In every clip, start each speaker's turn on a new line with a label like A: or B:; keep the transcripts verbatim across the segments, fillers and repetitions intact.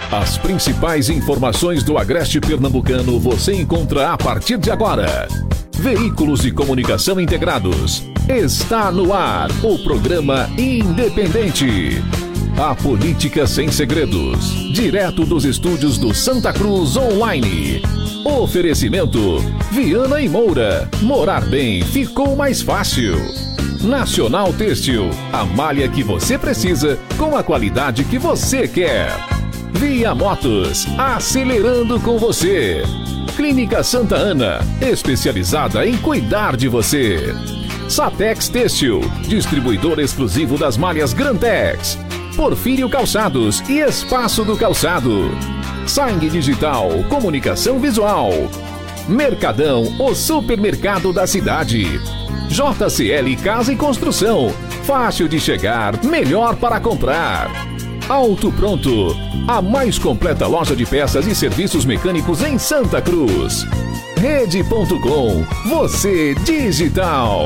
A: As principais informações do Agreste Pernambucano você encontra a partir de agora. Veículos de comunicação integrados. Está no ar o programa Independente. A política sem segredos. Direto dos estúdios do Santa Cruz Online. Oferecimento: Viana e Moura. Morar bem ficou mais fácil. Nacional Têxtil. A malha que você precisa com a qualidade que você quer. Via Motos, acelerando com você. Clínica Santa Ana, especializada em cuidar de você. Satex Têxtil, distribuidor exclusivo das malhas Grantex. Porfírio Calçados e Espaço do Calçado. Sangue Digital, comunicação visual. Mercadão, o supermercado da cidade. J C L Casa e Construção, fácil de chegar, melhor para comprar. Auto Pronto, a mais completa loja de peças e serviços mecânicos em Santa Cruz. Rede ponto com, você digital.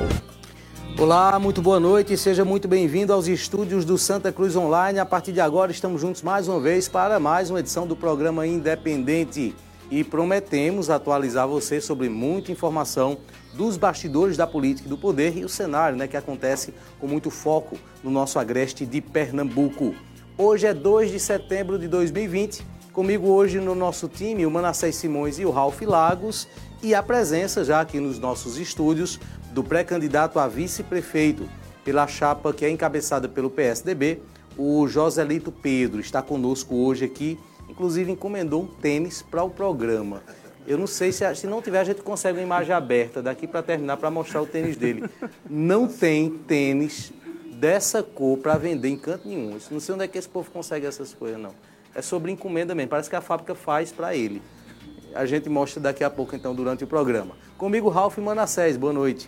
B: Olá, muito boa noite e seja muito bem-vindo aos estúdios do Santa Cruz Online. A partir de agora estamos juntos mais uma vez para mais uma edição do programa Independente. E prometemos atualizar você sobre muita informação dos bastidores da política e do poder e o cenário, né, que acontece com muito foco no nosso agreste de Pernambuco. Hoje é dois de setembro de dois mil e vinte, comigo hoje no nosso time o Manassés Simões e o Ralph Lagos, e a presença já aqui nos nossos estúdios do pré-candidato a vice-prefeito pela chapa que é encabeçada pelo P S D B, o Joselito Pedro, está conosco hoje aqui, inclusive encomendou um tênis para o programa. Eu não sei se, se não tiver a gente consegue uma imagem aberta daqui para terminar, para mostrar o tênis dele. Não tem tênis dessa cor para vender em canto nenhum. Não sei onde é que esse povo consegue essas coisas, não. É sobre encomenda mesmo, parece que a fábrica faz para ele. A gente mostra daqui a pouco, então, durante o programa. Comigo, Ralph e Manassés, boa noite.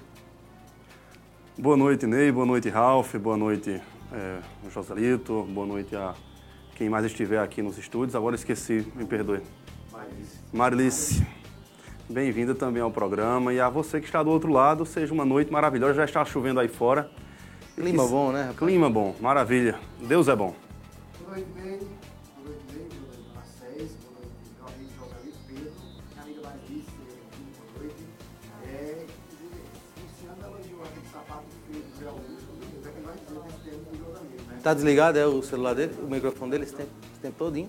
C: Boa noite, Ney, boa noite, Ralph, boa noite, é, Joselito, boa noite a quem mais estiver aqui nos estúdios. Agora esqueci, me perdoe. Marilice. Marilice, bem-vinda também ao programa. E a você que está do outro lado, seja uma noite maravilhosa. Já está chovendo aí fora.
B: Clima que... bom, né, rapaz?
C: Clima bom, maravilha. Deus é bom.
D: Boa noite, Ney. Boa noite, Ney. Boa noite, Manassés. Boa noite, meu amigo Joselito Pedro. Minha amiga Marilice, boa noite. É, Luciano elogiou aquele sapato feio do Zé Augusto. O que vai dizer desse tempo do Joselito, né?
B: Tá desligado, é o celular dele? O microfone dele esse tempo, esse tempo todinho?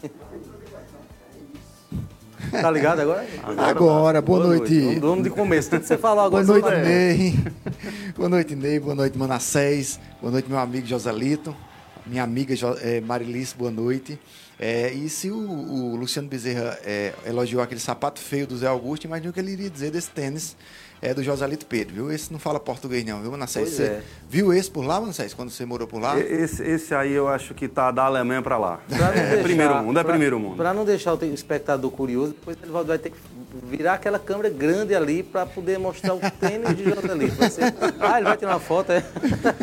B: Tá ligado agora?
E: Agora, agora boa, boa noite.
B: noite. Vamos de começo, tudo que você falou agora.
E: Boa noite, Ney. Boa noite, Ney. Boa noite, Manassés. Boa noite, meu amigo Joselito. Minha amiga é, Marilice, boa noite. É, e se o, o Luciano Bezerra é, elogiou aquele sapato feio do Zé Augusto, imagina o que ele iria dizer desse tênis é, do Joselito Pedro, viu? Esse não fala português não, viu, Manassés? Você
B: é.
E: viu esse por lá, Manassés, quando você morou por lá?
C: Esse, esse aí eu acho que tá da Alemanha para lá.
B: Pra
C: é
B: deixar,
C: primeiro mundo, é
B: pra,
C: primeiro mundo.
B: Para não deixar o espectador curioso, depois ele vai ter que virar aquela câmera grande ali para poder mostrar o tênis de Joselito. Vai ser... Ah, ele vai tirar uma foto, é?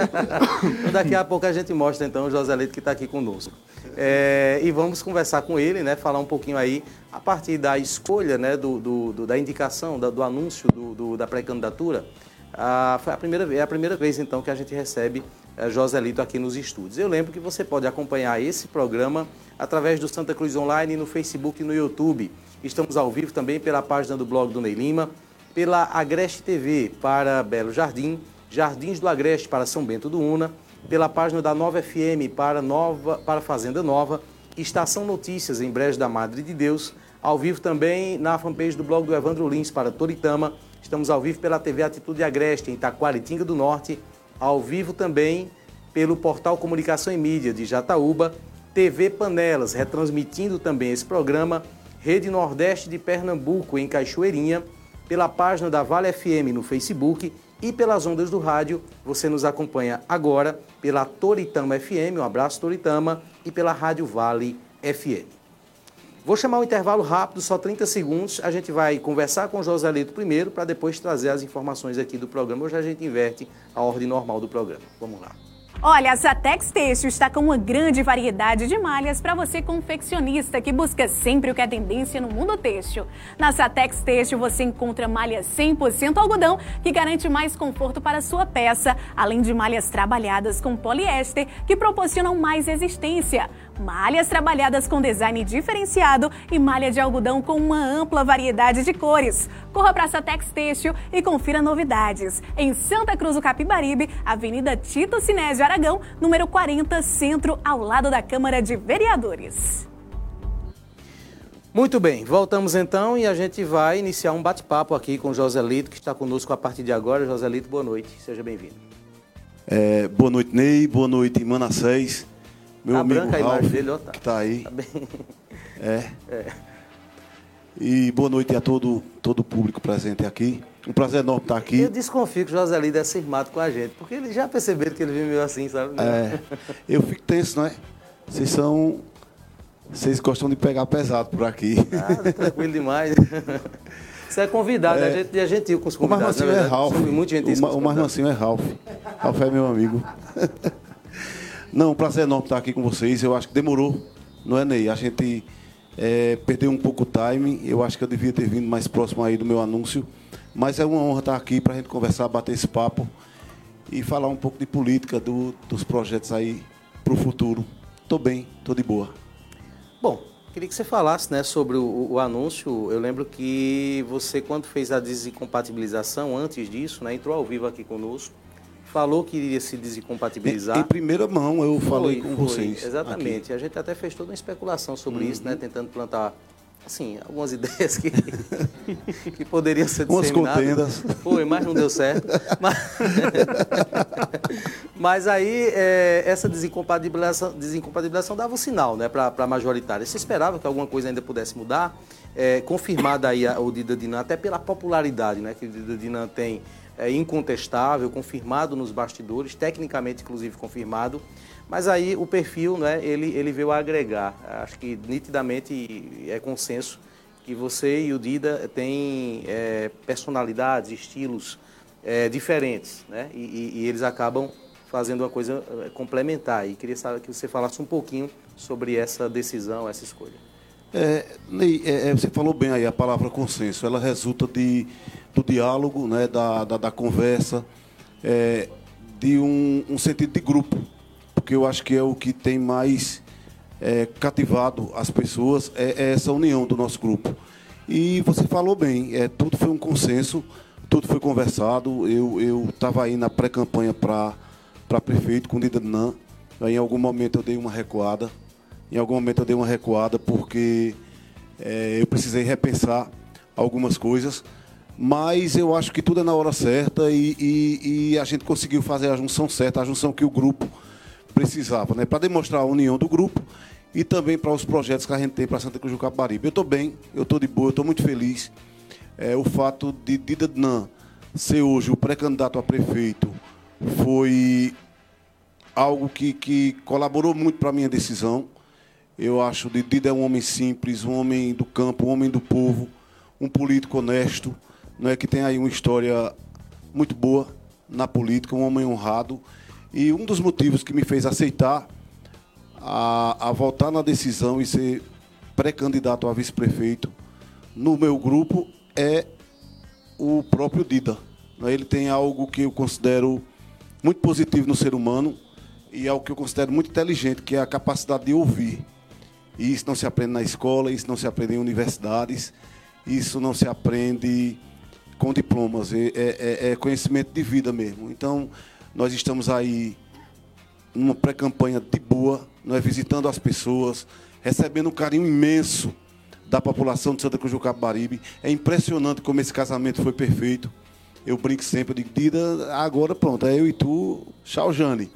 B: Então, daqui a pouco a gente mostra então o Joselito que está aqui conosco. É, e vamos conversar com ele, né? Falar um pouquinho aí, a partir da escolha, né? do, do, do, da indicação, da, do anúncio do, do, da pré-candidatura. Ah, foi a primeira, é a primeira vez, então, que a gente recebe eh, Joselito aqui nos estúdios. Eu lembro que você pode acompanhar esse programa através do Santa Cruz Online, no Facebook e no YouTube. Estamos ao vivo também pela página do blog do Ney Lima, pela Agreste T V para Belo Jardim, Jardins do Agreste para São Bento do Una, pela página da Nova F M para, Nova, para Fazenda Nova, Estação Notícias em Brejo da Madre de Deus, ao vivo também na fanpage do blog do Evandro Lins para Toritama. Estamos ao vivo pela T V Atitude Agreste, em Taquaritinga do Norte, ao vivo também pelo portal Comunicação e Mídia de Jataúba, T V Panelas, retransmitindo também esse programa, Rede Nordeste de Pernambuco, em Cachoeirinha, pela página da Vale F M no Facebook e pelas ondas do rádio. Você nos acompanha agora pela Toritama F M, um abraço Toritama, e pela Rádio Vale F M. Vou chamar um intervalo rápido, só trinta segundos. A gente vai conversar com o Joselito primeiro, para depois trazer as informações aqui do programa. Hoje a gente inverte a ordem normal do programa. Vamos lá.
F: Olha, a Satex Têxtil está com uma grande variedade de malhas para você confeccionista que busca sempre o que é tendência no mundo têxtil. Na Satex Têxtil você encontra malha cem por cento algodão, que garante mais conforto para a sua peça, além de malhas trabalhadas com poliéster, que proporcionam mais resistência. malhas trabalhadas com design diferenciado e malha de algodão com uma ampla variedade de cores. Corra para a Satex Têxtil e confira novidades. Em Santa Cruz do Capibaribe, Avenida Tito Sinésio Aragão, número quarenta, Centro, ao lado da Câmara de Vereadores.
B: Muito bem, voltamos então e a gente vai iniciar um bate-papo aqui com o Joselito, que está conosco a partir de agora. Joselito, boa noite, seja bem-vindo.
G: É, boa noite, Ney, boa noite, Manassés, meu
B: tá
G: amigo
B: branca a
G: Ralf,
B: imagem dele, ó, tá.
G: que está aí.
B: Tá bem.
G: É.
B: É.
G: E boa noite a todo, todo o público presente aqui. Um prazer enorme estar aqui.
B: Eu desconfio que o Joselito é cismado com a gente, porque ele já perceberam que ele vive meio assim, sabe?
G: É, eu fico tenso, né? Vocês são... Vocês gostam de pegar pesado por aqui.
B: Ah, tranquilo demais. Você é convidado, é. A, gente, a gente é gentil com os convidados.
G: O mais mansinho é Ralf.
B: Muito gentil
G: o, o mais mansinho é Ralf. Ralf é meu amigo. Não, um prazer enorme estar aqui com vocês. Eu acho que demorou, não é, Ney? A gente é, perdeu um pouco o timing. Eu acho que eu devia ter vindo mais próximo aí do meu anúncio. Mas é uma honra estar aqui para a gente conversar, bater esse papo e falar um pouco de política, do, dos projetos aí para o futuro. Estou bem, estou de boa.
B: Bom, queria que você falasse, né, sobre o, o anúncio. Eu lembro que você, quando fez a desincompatibilização, antes disso, né, entrou ao vivo aqui conosco, falou que iria se desincompatibilizar.
G: Em, em primeira mão eu
B: foi,
G: falei com
B: foi,
G: vocês.
B: Exatamente.
G: Aqui.
B: A gente até fez toda uma especulação sobre
G: Uhum.
B: isso, né, tentando plantar, assim, algumas ideias que, que poderiam ser
G: Umas
B: disseminadas.
G: contendas.
B: Foi, mas não deu certo. Mas, mas aí, é, essa desincompatibilização, desincompatibilização dava um sinal, né, para a majoritária. Você esperava que alguma coisa ainda pudesse mudar? É, confirmada aí a, o Dida Dinan, até pela popularidade, né, que o Dida Dinan tem, é incontestável, confirmado nos bastidores, tecnicamente, inclusive, confirmado. Mas aí o perfil, né, ele, ele veio a agregar. Acho que nitidamente é consenso que você e o Dida têm é, personalidades, estilos é, diferentes, né, e, e, e eles acabam fazendo uma coisa complementar. E queria saber que você falasse um pouquinho sobre essa decisão, essa escolha.
G: É, Ney, é, você falou bem aí a palavra consenso. Ela resulta de, do diálogo, né, da, da, da conversa, é, de um, um sentido de grupo. Porque eu acho que é o que tem mais é, cativado as pessoas, é, é essa união do nosso grupo. E você falou bem, é, tudo foi um consenso, tudo foi conversado. Eu estava aí na pré-campanha para prefeito com o Dida Dinan. Em algum momento eu dei uma recuada. Em algum momento eu dei uma recuada porque é, eu precisei repensar algumas coisas. Mas eu acho que tudo é na hora certa e, e, e a gente conseguiu fazer a junção certa, a junção que o grupo precisava, né, para demonstrar a união do grupo e também para os projetos que a gente tem para Santa Cruz do Capibaribe. Eu estou bem, eu estou de boa, eu estou muito feliz. É, o fato de Dida Dinan ser hoje o pré-candidato a prefeito foi algo que, que colaborou muito para a minha decisão. Eu acho que Dida é um homem simples, um homem do campo, um homem do povo, um político honesto, não é, que tem aí uma história muito boa na política, um homem honrado. E um dos motivos que me fez aceitar a, a voltar na decisão e ser pré-candidato a vice-prefeito no meu grupo é o próprio Dida. Ele tem algo que eu considero muito positivo no ser humano e algo que eu considero muito inteligente, que é a capacidade de ouvir. E isso não se aprende na escola, isso não se aprende em universidades, isso não se aprende com diplomas, é, é, é conhecimento de vida mesmo. Então, nós estamos aí numa pré-campanha de boa, nós visitando as pessoas, recebendo um carinho imenso da população de Santa Cruz do Capibaribe. É impressionante como esse casamento foi perfeito. Eu brinco sempre, eu digo, Dida, agora pronto, é eu e tu, tchau, Jane.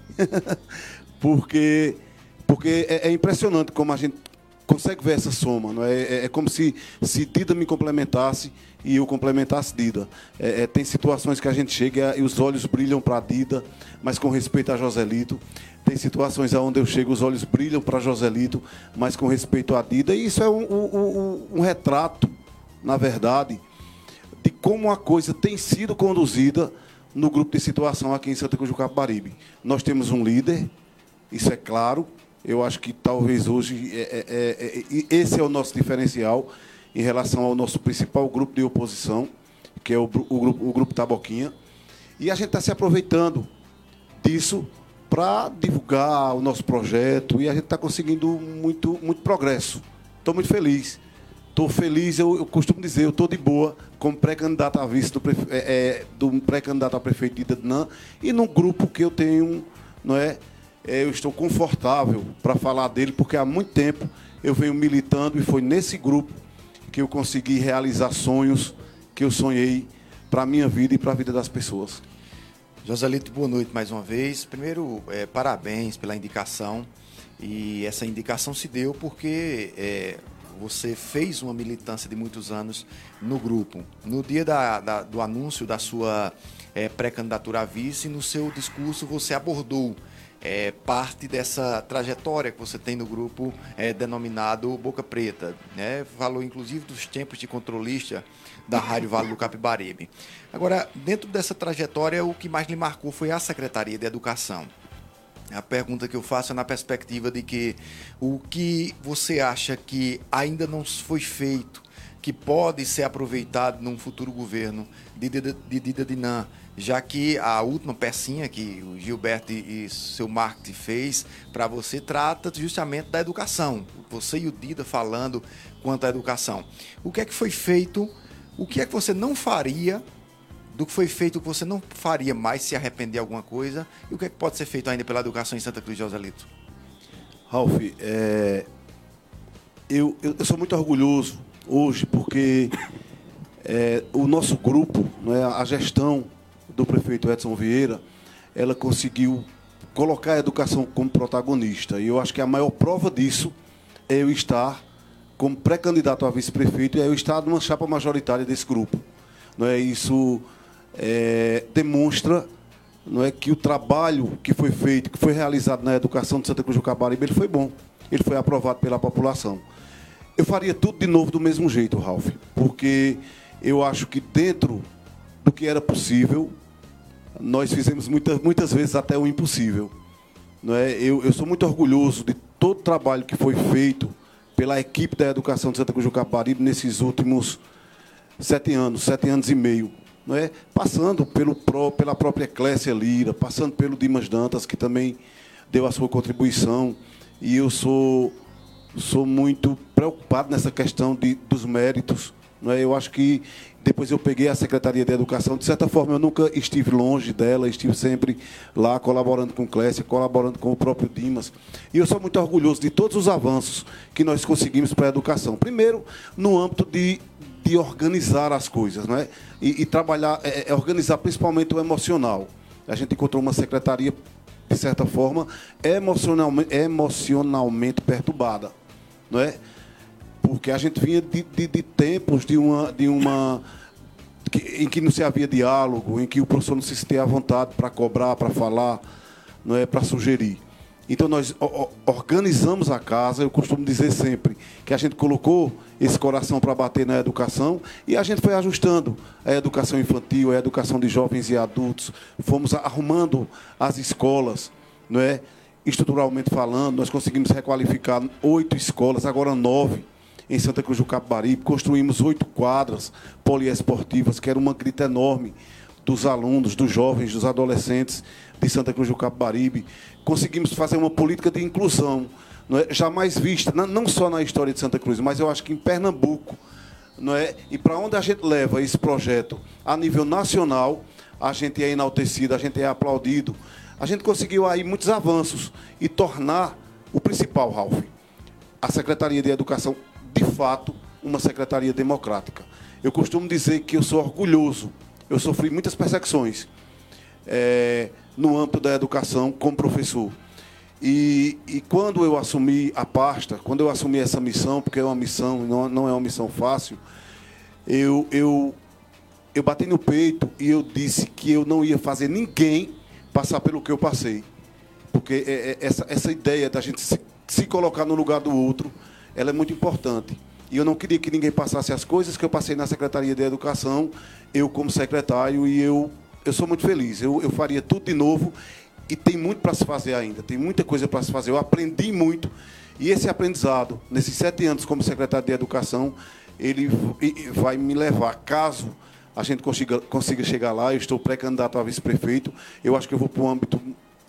G: porque porque é, é impressionante como a gente consegue ver essa soma. Não é? É, é como se, se Dida me complementasse e eu complementasse Dida. É, é, tem situações que a gente chega e os olhos brilham para Dida, mas com respeito a Joselito. Tem situações onde eu chego, os olhos brilham para Joselito, mas com respeito a Dida. E isso é um, um, um, um retrato, na verdade, de como a coisa tem sido conduzida no grupo de situação aqui em Santa Cruz do Capibaribe. Nós temos um líder, isso é claro. Eu acho que talvez hoje é, é, é, esse é o nosso diferencial em relação ao nosso principal grupo de oposição, que é o, o, grupo, o grupo Taboquinha. E a gente está se aproveitando disso para divulgar o nosso projeto, e a gente está conseguindo muito, muito progresso. Estou muito feliz. Estou feliz, eu, eu costumo dizer, eu estou de boa como pré-candidato a vice do, prefe... é, é, do pré-candidato a prefeito de Itanã, e num grupo que eu tenho, não é, é eu estou confortável para falar dele, porque há muito tempo eu venho militando, e foi nesse grupo que eu consegui realizar sonhos que eu sonhei para a minha vida e para a vida das pessoas.
E: Joselito, boa noite mais uma vez. Primeiro, é, parabéns pela indicação. E essa indicação se deu porque é, você fez uma militância de muitos anos no grupo. No dia da, da, do anúncio da sua é, pré-candidatura a vice, no seu discurso você abordou é, parte dessa trajetória que você tem no grupo é, denominado Boca Preta, né? Falou inclusive dos tempos de controlista da Rádio Vale do Capibaribe. Agora, dentro dessa trajetória, o que mais lhe marcou foi a Secretaria de Educação. A pergunta que eu faço é na perspectiva de que o que você acha que ainda não foi feito, que pode ser aproveitado num futuro governo de Dida Dinan, já que a última pecinha que o Gilberto e seu marketing fez para você trata justamente da educação. Você e o Dida falando quanto à educação. O que é que foi feito? O que é que você não faria, do que foi feito, o que você não faria mais, se arrepender de alguma coisa, e o que é que pode ser feito ainda pela educação em Santa Cruz de Joselito?
G: Ralf, é, eu, eu, eu sou muito orgulhoso hoje, porque é, o nosso grupo, né, a gestão do prefeito Edson Vieira, ela conseguiu colocar a educação como protagonista, e eu acho que a maior prova disso é eu estar como pré-candidato a vice-prefeito, e eu estar numa chapa majoritária desse grupo. Não é? Isso é, demonstra, não é, que o trabalho que foi feito, que foi realizado na educação de Santa Cruz do Capibaribe, ele foi bom, ele foi aprovado pela população. Eu faria tudo de novo do mesmo jeito, Ralf, porque eu acho que dentro do que era possível, nós fizemos muitas, muitas vezes até o impossível. Não é? eu, eu sou muito orgulhoso de todo o trabalho que foi feito pela equipe da educação de Santa Cruz do Capibaribe nesses últimos sete anos, sete anos e meio, não é? Passando pelo, pela própria Clécia Lira, passando pelo Dimas Dantas, que também deu a sua contribuição, e eu sou, sou muito preocupado nessa questão de, dos méritos, não é? Eu acho que depois eu peguei a Secretaria de Educação, de certa forma eu nunca estive longe dela, estive sempre lá colaborando com Clécia, colaborando com o próprio Dimas, e eu sou muito orgulhoso de todos os avanços que nós conseguimos para a educação. Primeiro, no âmbito de de organizar as coisas, não é? E, e trabalhar, é, é organizar principalmente o emocional. A gente encontrou uma secretaria, de certa forma, emocionalmente, emocionalmente perturbada, não é? Porque a gente vinha de, de, de tempos de uma, de uma que, em que não se havia diálogo, em que o professor não se sentia à vontade para cobrar, para falar, não é, para sugerir. Então, nós organizamos a casa. Eu costumo dizer sempre que a gente colocou esse coração para bater na educação, e a gente foi ajustando a educação infantil, a educação de jovens e adultos, fomos arrumando as escolas, não é? Estruturalmente falando, nós conseguimos requalificar oito escolas, agora nove, em Santa Cruz do Capibaribe, construímos oito quadras poliesportivas, que era uma grita enorme dos alunos, dos jovens, dos adolescentes de Santa Cruz do Capibaribe. Conseguimos fazer uma política de inclusão, não é, jamais vista, não só na história de Santa Cruz, mas eu acho que em Pernambuco, não é? E para onde a gente leva esse projeto a nível nacional, a gente é enaltecido, a gente é aplaudido. A gente conseguiu aí muitos avanços e tornar o principal, Ralf, a Secretaria de Educação, de fato, uma secretaria democrática. Eu costumo dizer que eu sou orgulhoso, eu sofri muitas perseguições é, no âmbito da educação como professor. E, e quando eu assumi a pasta, quando eu assumi essa missão, porque é uma missão, não, não é uma missão fácil, eu, eu, eu bati no peito e eu disse que eu não ia fazer ninguém passar pelo que eu passei. Porque é, é, essa, essa ideia da gente se, se colocar no lugar do outro, ela é muito importante. E eu não queria que ninguém passasse as coisas que eu passei na Secretaria de Educação, eu como secretário, e eu, eu sou muito feliz. Eu, eu faria tudo de novo. E tem muito para se fazer ainda, tem muita coisa para se fazer. Eu aprendi muito, e esse aprendizado, nesses sete anos como secretário de Educação, ele vai me levar, caso a gente consiga, consiga chegar lá, eu estou pré-candidato a vice-prefeito, eu acho que eu vou para um âmbito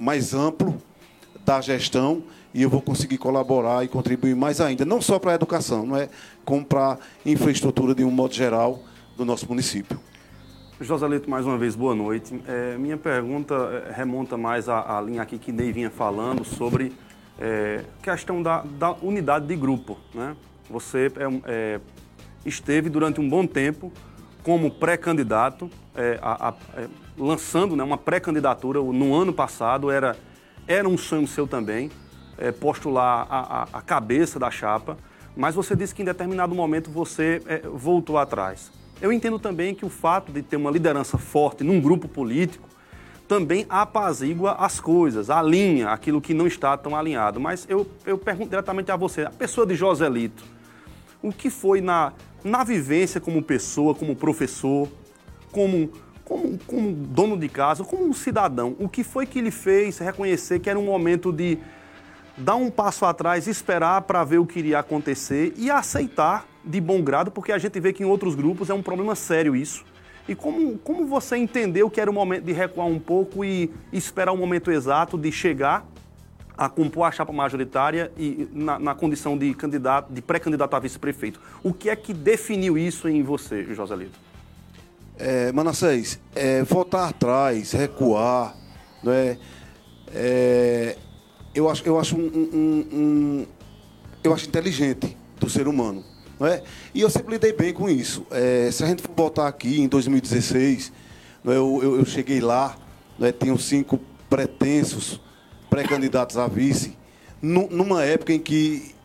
G: mais amplo da gestão e eu vou conseguir colaborar e contribuir mais ainda, não só para a educação, não é, como para a infraestrutura de um modo geral do nosso município.
C: Joselito, mais uma vez, boa noite. É, minha pergunta remonta mais à, à linha aqui que Ney vinha falando sobre é, questão da, da unidade de grupo, né? Você é, é, esteve durante um bom tempo como pré-candidato, é, a, a, é, lançando, né, uma pré-candidatura no ano passado, era, era um sonho seu também, é, postular a, a, a cabeça da chapa, mas você disse que em determinado momento você é, voltou atrás. Eu entendo também que o fato de ter uma liderança forte num grupo político também apazigua as coisas, alinha aquilo que não está tão alinhado. Mas eu, eu pergunto diretamente a você, a pessoa de Joselito, o que foi na, na vivência como pessoa, como professor, como, como, como dono de casa, como um cidadão, o que foi que lhe fez reconhecer que era um momento de dar um passo atrás, esperar para ver o que iria acontecer e aceitar de bom grado, porque a gente vê que em outros grupos é um problema sério isso. E como, como você entendeu que era o momento de recuar um pouco e esperar o momento exato de chegar a compor a chapa majoritária e na, na condição de candidato, de pré-candidato a vice-prefeito? O que é que definiu isso em você, Joselito?
G: É, Manassés, é, voltar atrás, recuar, né? É, eu acho, eu acho um, um, um, eu acho inteligente do ser humano. Não é? E eu sempre lidei bem com isso. É, se a gente for voltar aqui em dois mil e dezesseis, não é, eu, eu, eu cheguei lá, não é, tinham cinco pretensos pré-candidatos a vice, nu, numa época em que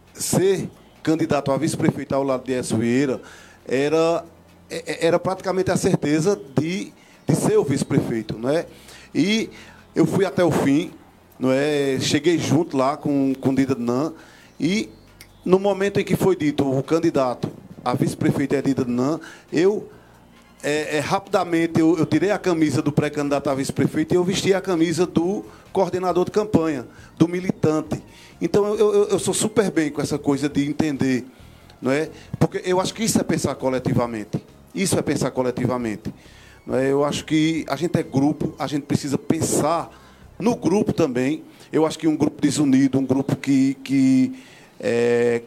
G: ser candidato a vice-prefeito ao lado de Edson Vieira era, era praticamente a certeza de, de ser o vice-prefeito. Não é? E eu fui até o fim, não é? Cheguei junto lá com, com o Dida Nan e no momento em que foi dito o candidato a vice-prefeito é Dida Nan, eu, é, é, rapidamente, eu, eu tirei a camisa do pré-candidato a vice-prefeito e eu vesti a camisa do coordenador de campanha, do militante. Então, eu, eu, eu sou super bem com essa coisa de entender, não é? Porque eu acho que isso é pensar coletivamente. Isso é pensar coletivamente. Não é? Eu acho que a gente é grupo, a gente precisa pensar no grupo também. Eu acho que um grupo desunido, um grupo que... que É,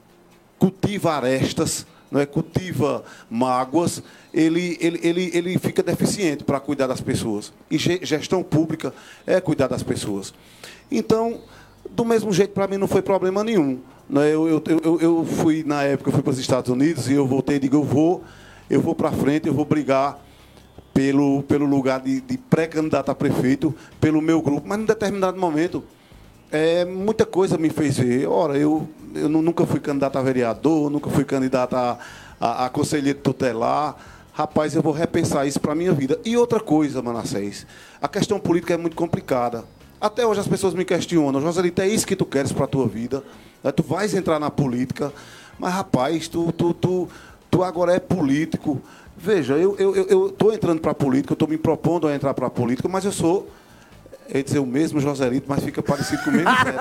G: cultiva arestas, não é? Cultiva mágoas, ele, ele, ele, ele fica deficiente para cuidar das pessoas. E gestão pública é cuidar das pessoas. Então, do mesmo jeito, para mim não foi problema nenhum. Não é? eu, eu, eu, eu fui, na época, eu fui para os Estados Unidos e eu voltei e digo, eu vou, eu vou para frente, eu vou brigar pelo, pelo lugar de, de pré-candidato a prefeito, pelo meu grupo, mas, em determinado momento... É, muita coisa me fez ver. Ora, eu, eu nunca fui candidato a vereador, nunca fui candidato a, a, a conselheiro tutelar. Rapaz, eu vou repensar isso para a minha vida. E outra coisa, Manassés, a questão política é muito complicada. Até hoje as pessoas me questionam, Joselito, é isso que tu queres para a tua vida? Tu vais entrar na política, mas, rapaz, tu, tu, tu, tu agora é político. Veja, eu estou entrando para a política, eu estou me propondo a entrar para a política, mas eu sou... É dizer o mesmo Joselito, mas fica parecido com o mesmo Zé.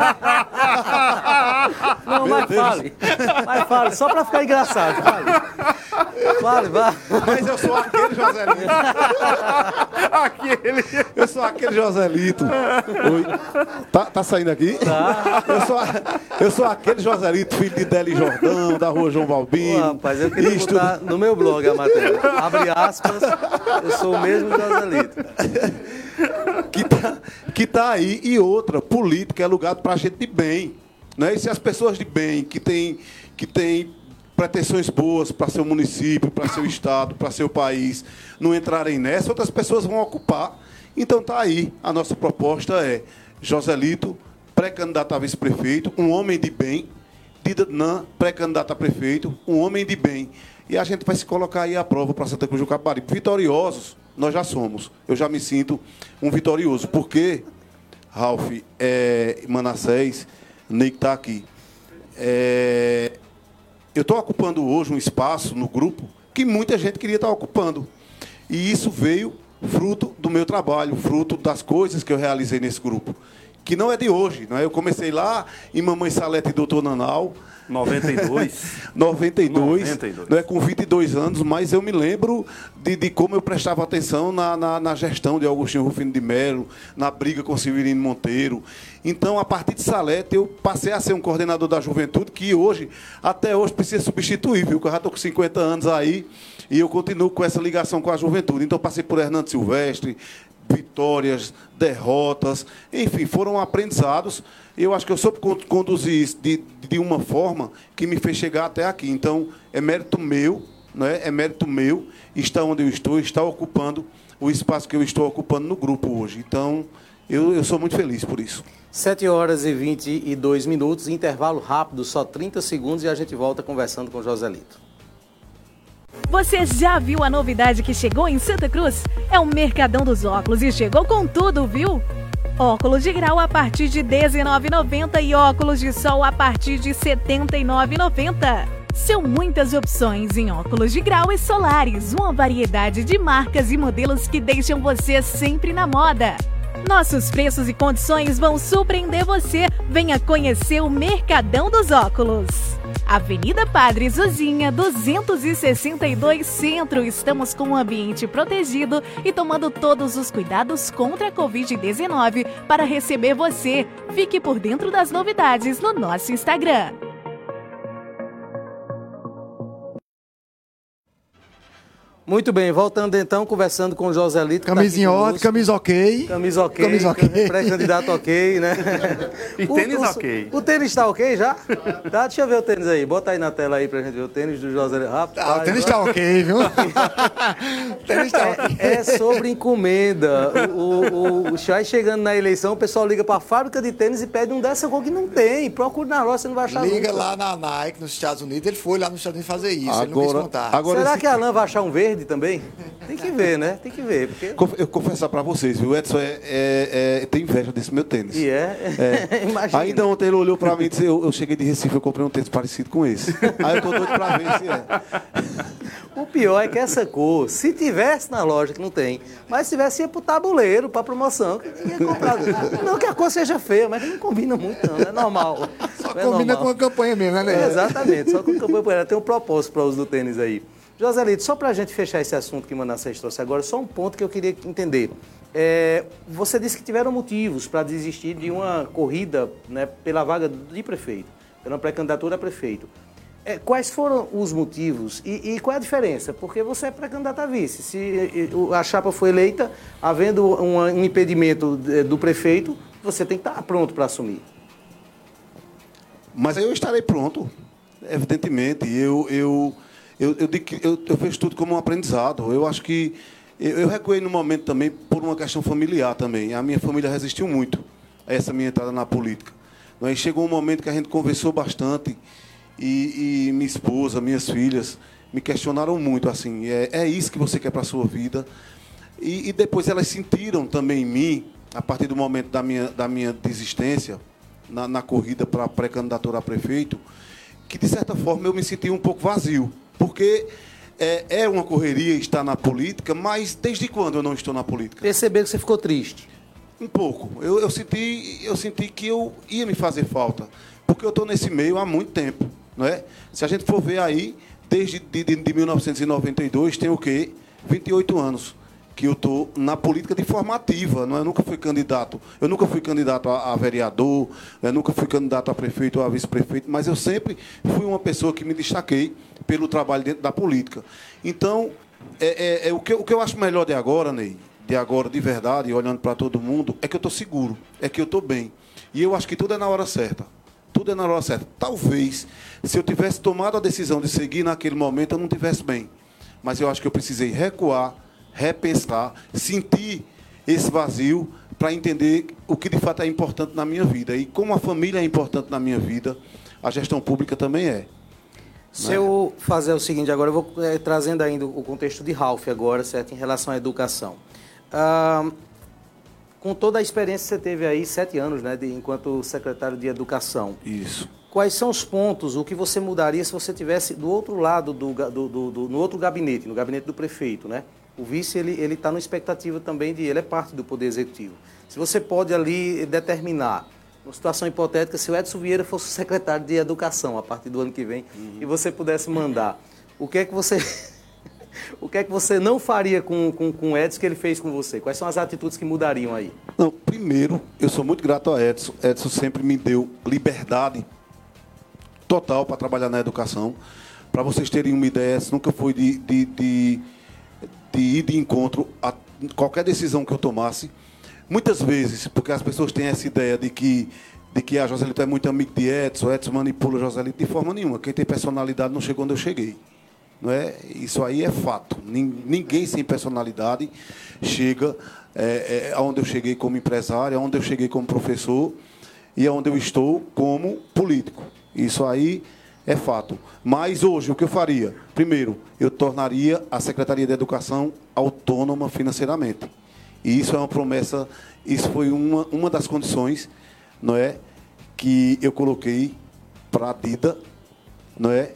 B: Não, mas fale. Mas fale, só para ficar engraçado. Fale. Fale, vá.
G: Mas eu sou aquele Joselito.
C: Aquele.
G: Eu sou aquele Joselito. Oi. Tá, tá saindo aqui?
B: Tá.
G: Eu sou, eu sou aquele Joselito, filho de Deli Jordão, da rua João Balbino.
B: Pô, rapaz, eu queria
G: Isto...
B: botar no meu blog a matéria. Abre aspas, eu sou o mesmo Joselito.
G: Que tá, que tá aí. E outra, política é lugar para gente de bem. Né? E se as pessoas de bem, que têm que tem pretensões boas para seu município, para seu estado, para seu país, não entrarem nessa, outras pessoas vão ocupar. Então tá aí. A nossa proposta é Joselito, pré-candidato a vice-prefeito, um homem de bem. Dida Nan, pré-candidato a prefeito, um homem de bem. E a gente vai se colocar aí à prova para Santa Cruz do Capibaribe. Vitoriosos, nós já somos. Eu já me sinto um vitorioso. Porque, Ralf, é, Manassés, Ney que está aqui. É, eu estou ocupando hoje um espaço no grupo que muita gente queria estar ocupando. E isso veio fruto do meu trabalho, fruto das coisas que eu realizei nesse grupo. que não é de hoje. Não é? Eu comecei lá em Mamãe Salete e Doutor Nanau,
C: noventa e dois.
G: noventa e dois,
C: noventa e dois.
G: Não é, com vinte e dois anos, mas eu me lembro de, de como eu prestava atenção na, na, na gestão de Augustinho Rufino de Melo, na briga com Severino Monteiro. Então, a partir de Salete, eu passei a ser um coordenador da juventude, que hoje, até hoje, precisa substituir, viu? Porque eu já estou com cinquenta anos aí e eu continuo com essa ligação com a juventude. Então, passei por Hernando Silvestre, vitórias, derrotas, enfim, foram aprendizados. Eu acho que eu soube conduzir isso de, de uma forma que me fez chegar até aqui. Então, é mérito meu, né? É mérito meu estar onde eu estou, estar ocupando o espaço que eu estou ocupando no grupo hoje. Então, eu, eu sou muito feliz por isso.
B: sete horas e vinte e dois minutos, intervalo rápido, só trinta segundos, e a gente volta conversando com o Joselito.
F: Você já viu a novidade que chegou em Santa Cruz? É o Mercadão dos Óculos e chegou com tudo, viu? Óculos de grau a partir de dezenove reais e noventa centavos e óculos de sol a partir de setenta e nove reais e noventa centavos. São muitas opções em óculos de grau e solares, uma variedade de marcas e modelos que deixam você sempre na moda. Nossos preços e condições vão surpreender você. Venha conhecer o Mercadão dos Óculos. Avenida Padre Zuzinha, duzentos e sessenta e dois Centro. Estamos com um ambiente protegido e tomando todos os cuidados contra a covid dezenove para receber você. Fique por dentro das novidades no nosso Instagram.
B: Muito bem, voltando então, conversando com o Joselito.
E: Camisinha
B: tá
E: ótima, camisa ok.
B: Camisa ok.
E: Camisa ok.
B: Pré-candidato ok, né?
C: E tênis ok.
B: O, o tênis está ok já? Tá, deixa eu ver o tênis aí. Bota aí na tela aí pra gente ver o tênis do Joselito. Rapaz,
E: Ah, o tênis está ok, viu? O tênis tá ok.
B: É, é sobre encomenda. O, o, o Chay chegando na eleição, o pessoal liga pra fábrica de tênis e pede um dessa cor que não tem. Procura na loja, você não vai achar
E: Liga
B: nunca.
E: lá na Nike, nos Estados Unidos. Ele foi lá nos Estados Unidos fazer isso. ele não quis
G: Agora-
E: contar.
G: agora-
B: Será
G: esse-
B: que a Alain vai achar um verde também? Tem que ver, né? Tem que ver. Porque...
G: Conf- Eu confessar para vocês, viu? O Edson é, é, é, tem inveja desse meu tênis.
B: E é? Imagina.
G: Ainda ontem ele olhou para mim e disse, eu, eu cheguei de Recife, eu comprei um tênis parecido com esse. Aí eu tô doido para ver se é.
B: O pior é que essa cor, se tivesse na loja, que não tem, mas se tivesse, ia pro tabuleiro, pra promoção, que tinha comprado. Não que a cor seja feia, mas não combina muito, não, não é normal.
E: Só
B: Não é
E: combina
B: normal.
E: com a campanha mesmo, né,
B: É,
E: Ney?
B: exatamente, só com a campanha, ela tem um propósito para o uso do tênis aí. Joselito, só para a gente fechar esse assunto que o Manassés trouxe agora, só um ponto que eu queria entender. É, você disse que tiveram motivos para desistir de uma corrida, né, pela vaga de prefeito, pela pré-candidatura a prefeito. É, quais foram os motivos e, e qual é a diferença? Porque você é pré-candidato a vice. Se e, o- a chapa foi eleita, havendo uma- um impedimento eh, do prefeito, você tem que estar pronto para assumir.
G: Mas aí eu estarei pronto, evidentemente. Eu, eu, eu, eu, digo que eu, eu vejo tudo como um aprendizado. Eu acho que eu, eu recuei no momento também por uma questão familiar também. A minha família resistiu muito a essa minha entrada na política. Aí chegou um momento que a gente conversou bastante e, e minha esposa, minhas filhas me questionaram muito assim, é, é isso que você quer para a sua vida? E, e depois elas sentiram também em mim, a partir do momento da minha, da minha desistência, na, na corrida para a pré-candidatura a prefeito, que, de certa forma, eu me senti um pouco vazio. Porque é, é uma correria estar na política, mas desde quando eu não estou na política?
B: Perceber que você ficou triste.
G: Um pouco. Eu, eu, senti, eu senti que eu ia me fazer falta, porque eu estou nesse meio há muito tempo. Não é? Se a gente for ver aí, desde de, de, de mil novecentos e noventa e dois, tem o quê? vinte e oito anos que eu estou na política de forma ativa. Não é? Eu nunca fui candidato. Eu nunca fui candidato a, a vereador, eu nunca fui candidato a prefeito ou a vice-prefeito, mas eu sempre fui uma pessoa que me destaquei pelo trabalho dentro da política. Então, é, é, é, o, que, o que eu acho melhor de agora, Ney, de agora, de verdade, olhando para todo mundo, é que eu estou seguro, é que eu estou bem. E eu acho que tudo é na hora certa. Tudo é na hora certa. Talvez, se eu tivesse tomado a decisão de seguir naquele momento, eu não estivesse bem. Mas eu acho que eu precisei recuar, repensar, sentir esse vazio para entender o que de fato é importante na minha vida. E como a família é importante na minha vida, a gestão pública também é.
B: Se eu fazer o seguinte agora, eu vou é, trazendo ainda o contexto de Ralph agora, certo, em relação à educação. Ah, com toda a experiência que você teve aí, sete anos, né, de, enquanto secretário de Educação,
G: Isso.
B: quais são os pontos, o que você mudaria se você tivesse do outro lado, do, do, do, do, no outro gabinete, no gabinete do prefeito, né? O vice, ele ele está na expectativa também de, ele é parte do Poder Executivo. Se você pode ali determinar, uma situação hipotética, se o Edson Vieira fosse o secretário de Educação a partir do ano que vem, uhum. e você pudesse mandar, o que é que você, o que é que você não faria com, com, com o Edson que ele fez com você? Quais são as atitudes que mudariam aí?
G: Não, primeiro, eu sou muito grato ao Edson. Edson sempre me deu liberdade total para trabalhar na educação. Para vocês terem uma ideia, Edson nunca foi de, de, de, de ir de encontro a qualquer decisão que eu tomasse. Muitas vezes, porque as pessoas têm essa ideia de que, de que a Joselito é muito amigo de Edson, Edson manipula Joselito, de forma nenhuma. Quem tem personalidade não chegou onde eu cheguei. Não é? Isso aí é fato. Ninguém sem personalidade chega é, é, aonde eu cheguei como empresário, aonde eu cheguei como professor e aonde eu estou como político. Isso aí é fato. Mas hoje, o que eu faria? Primeiro, eu tornaria a Secretaria de Educação autônoma financeiramente. E isso é uma promessa, isso foi uma, uma das condições, não é, que eu coloquei para a Dida, não é?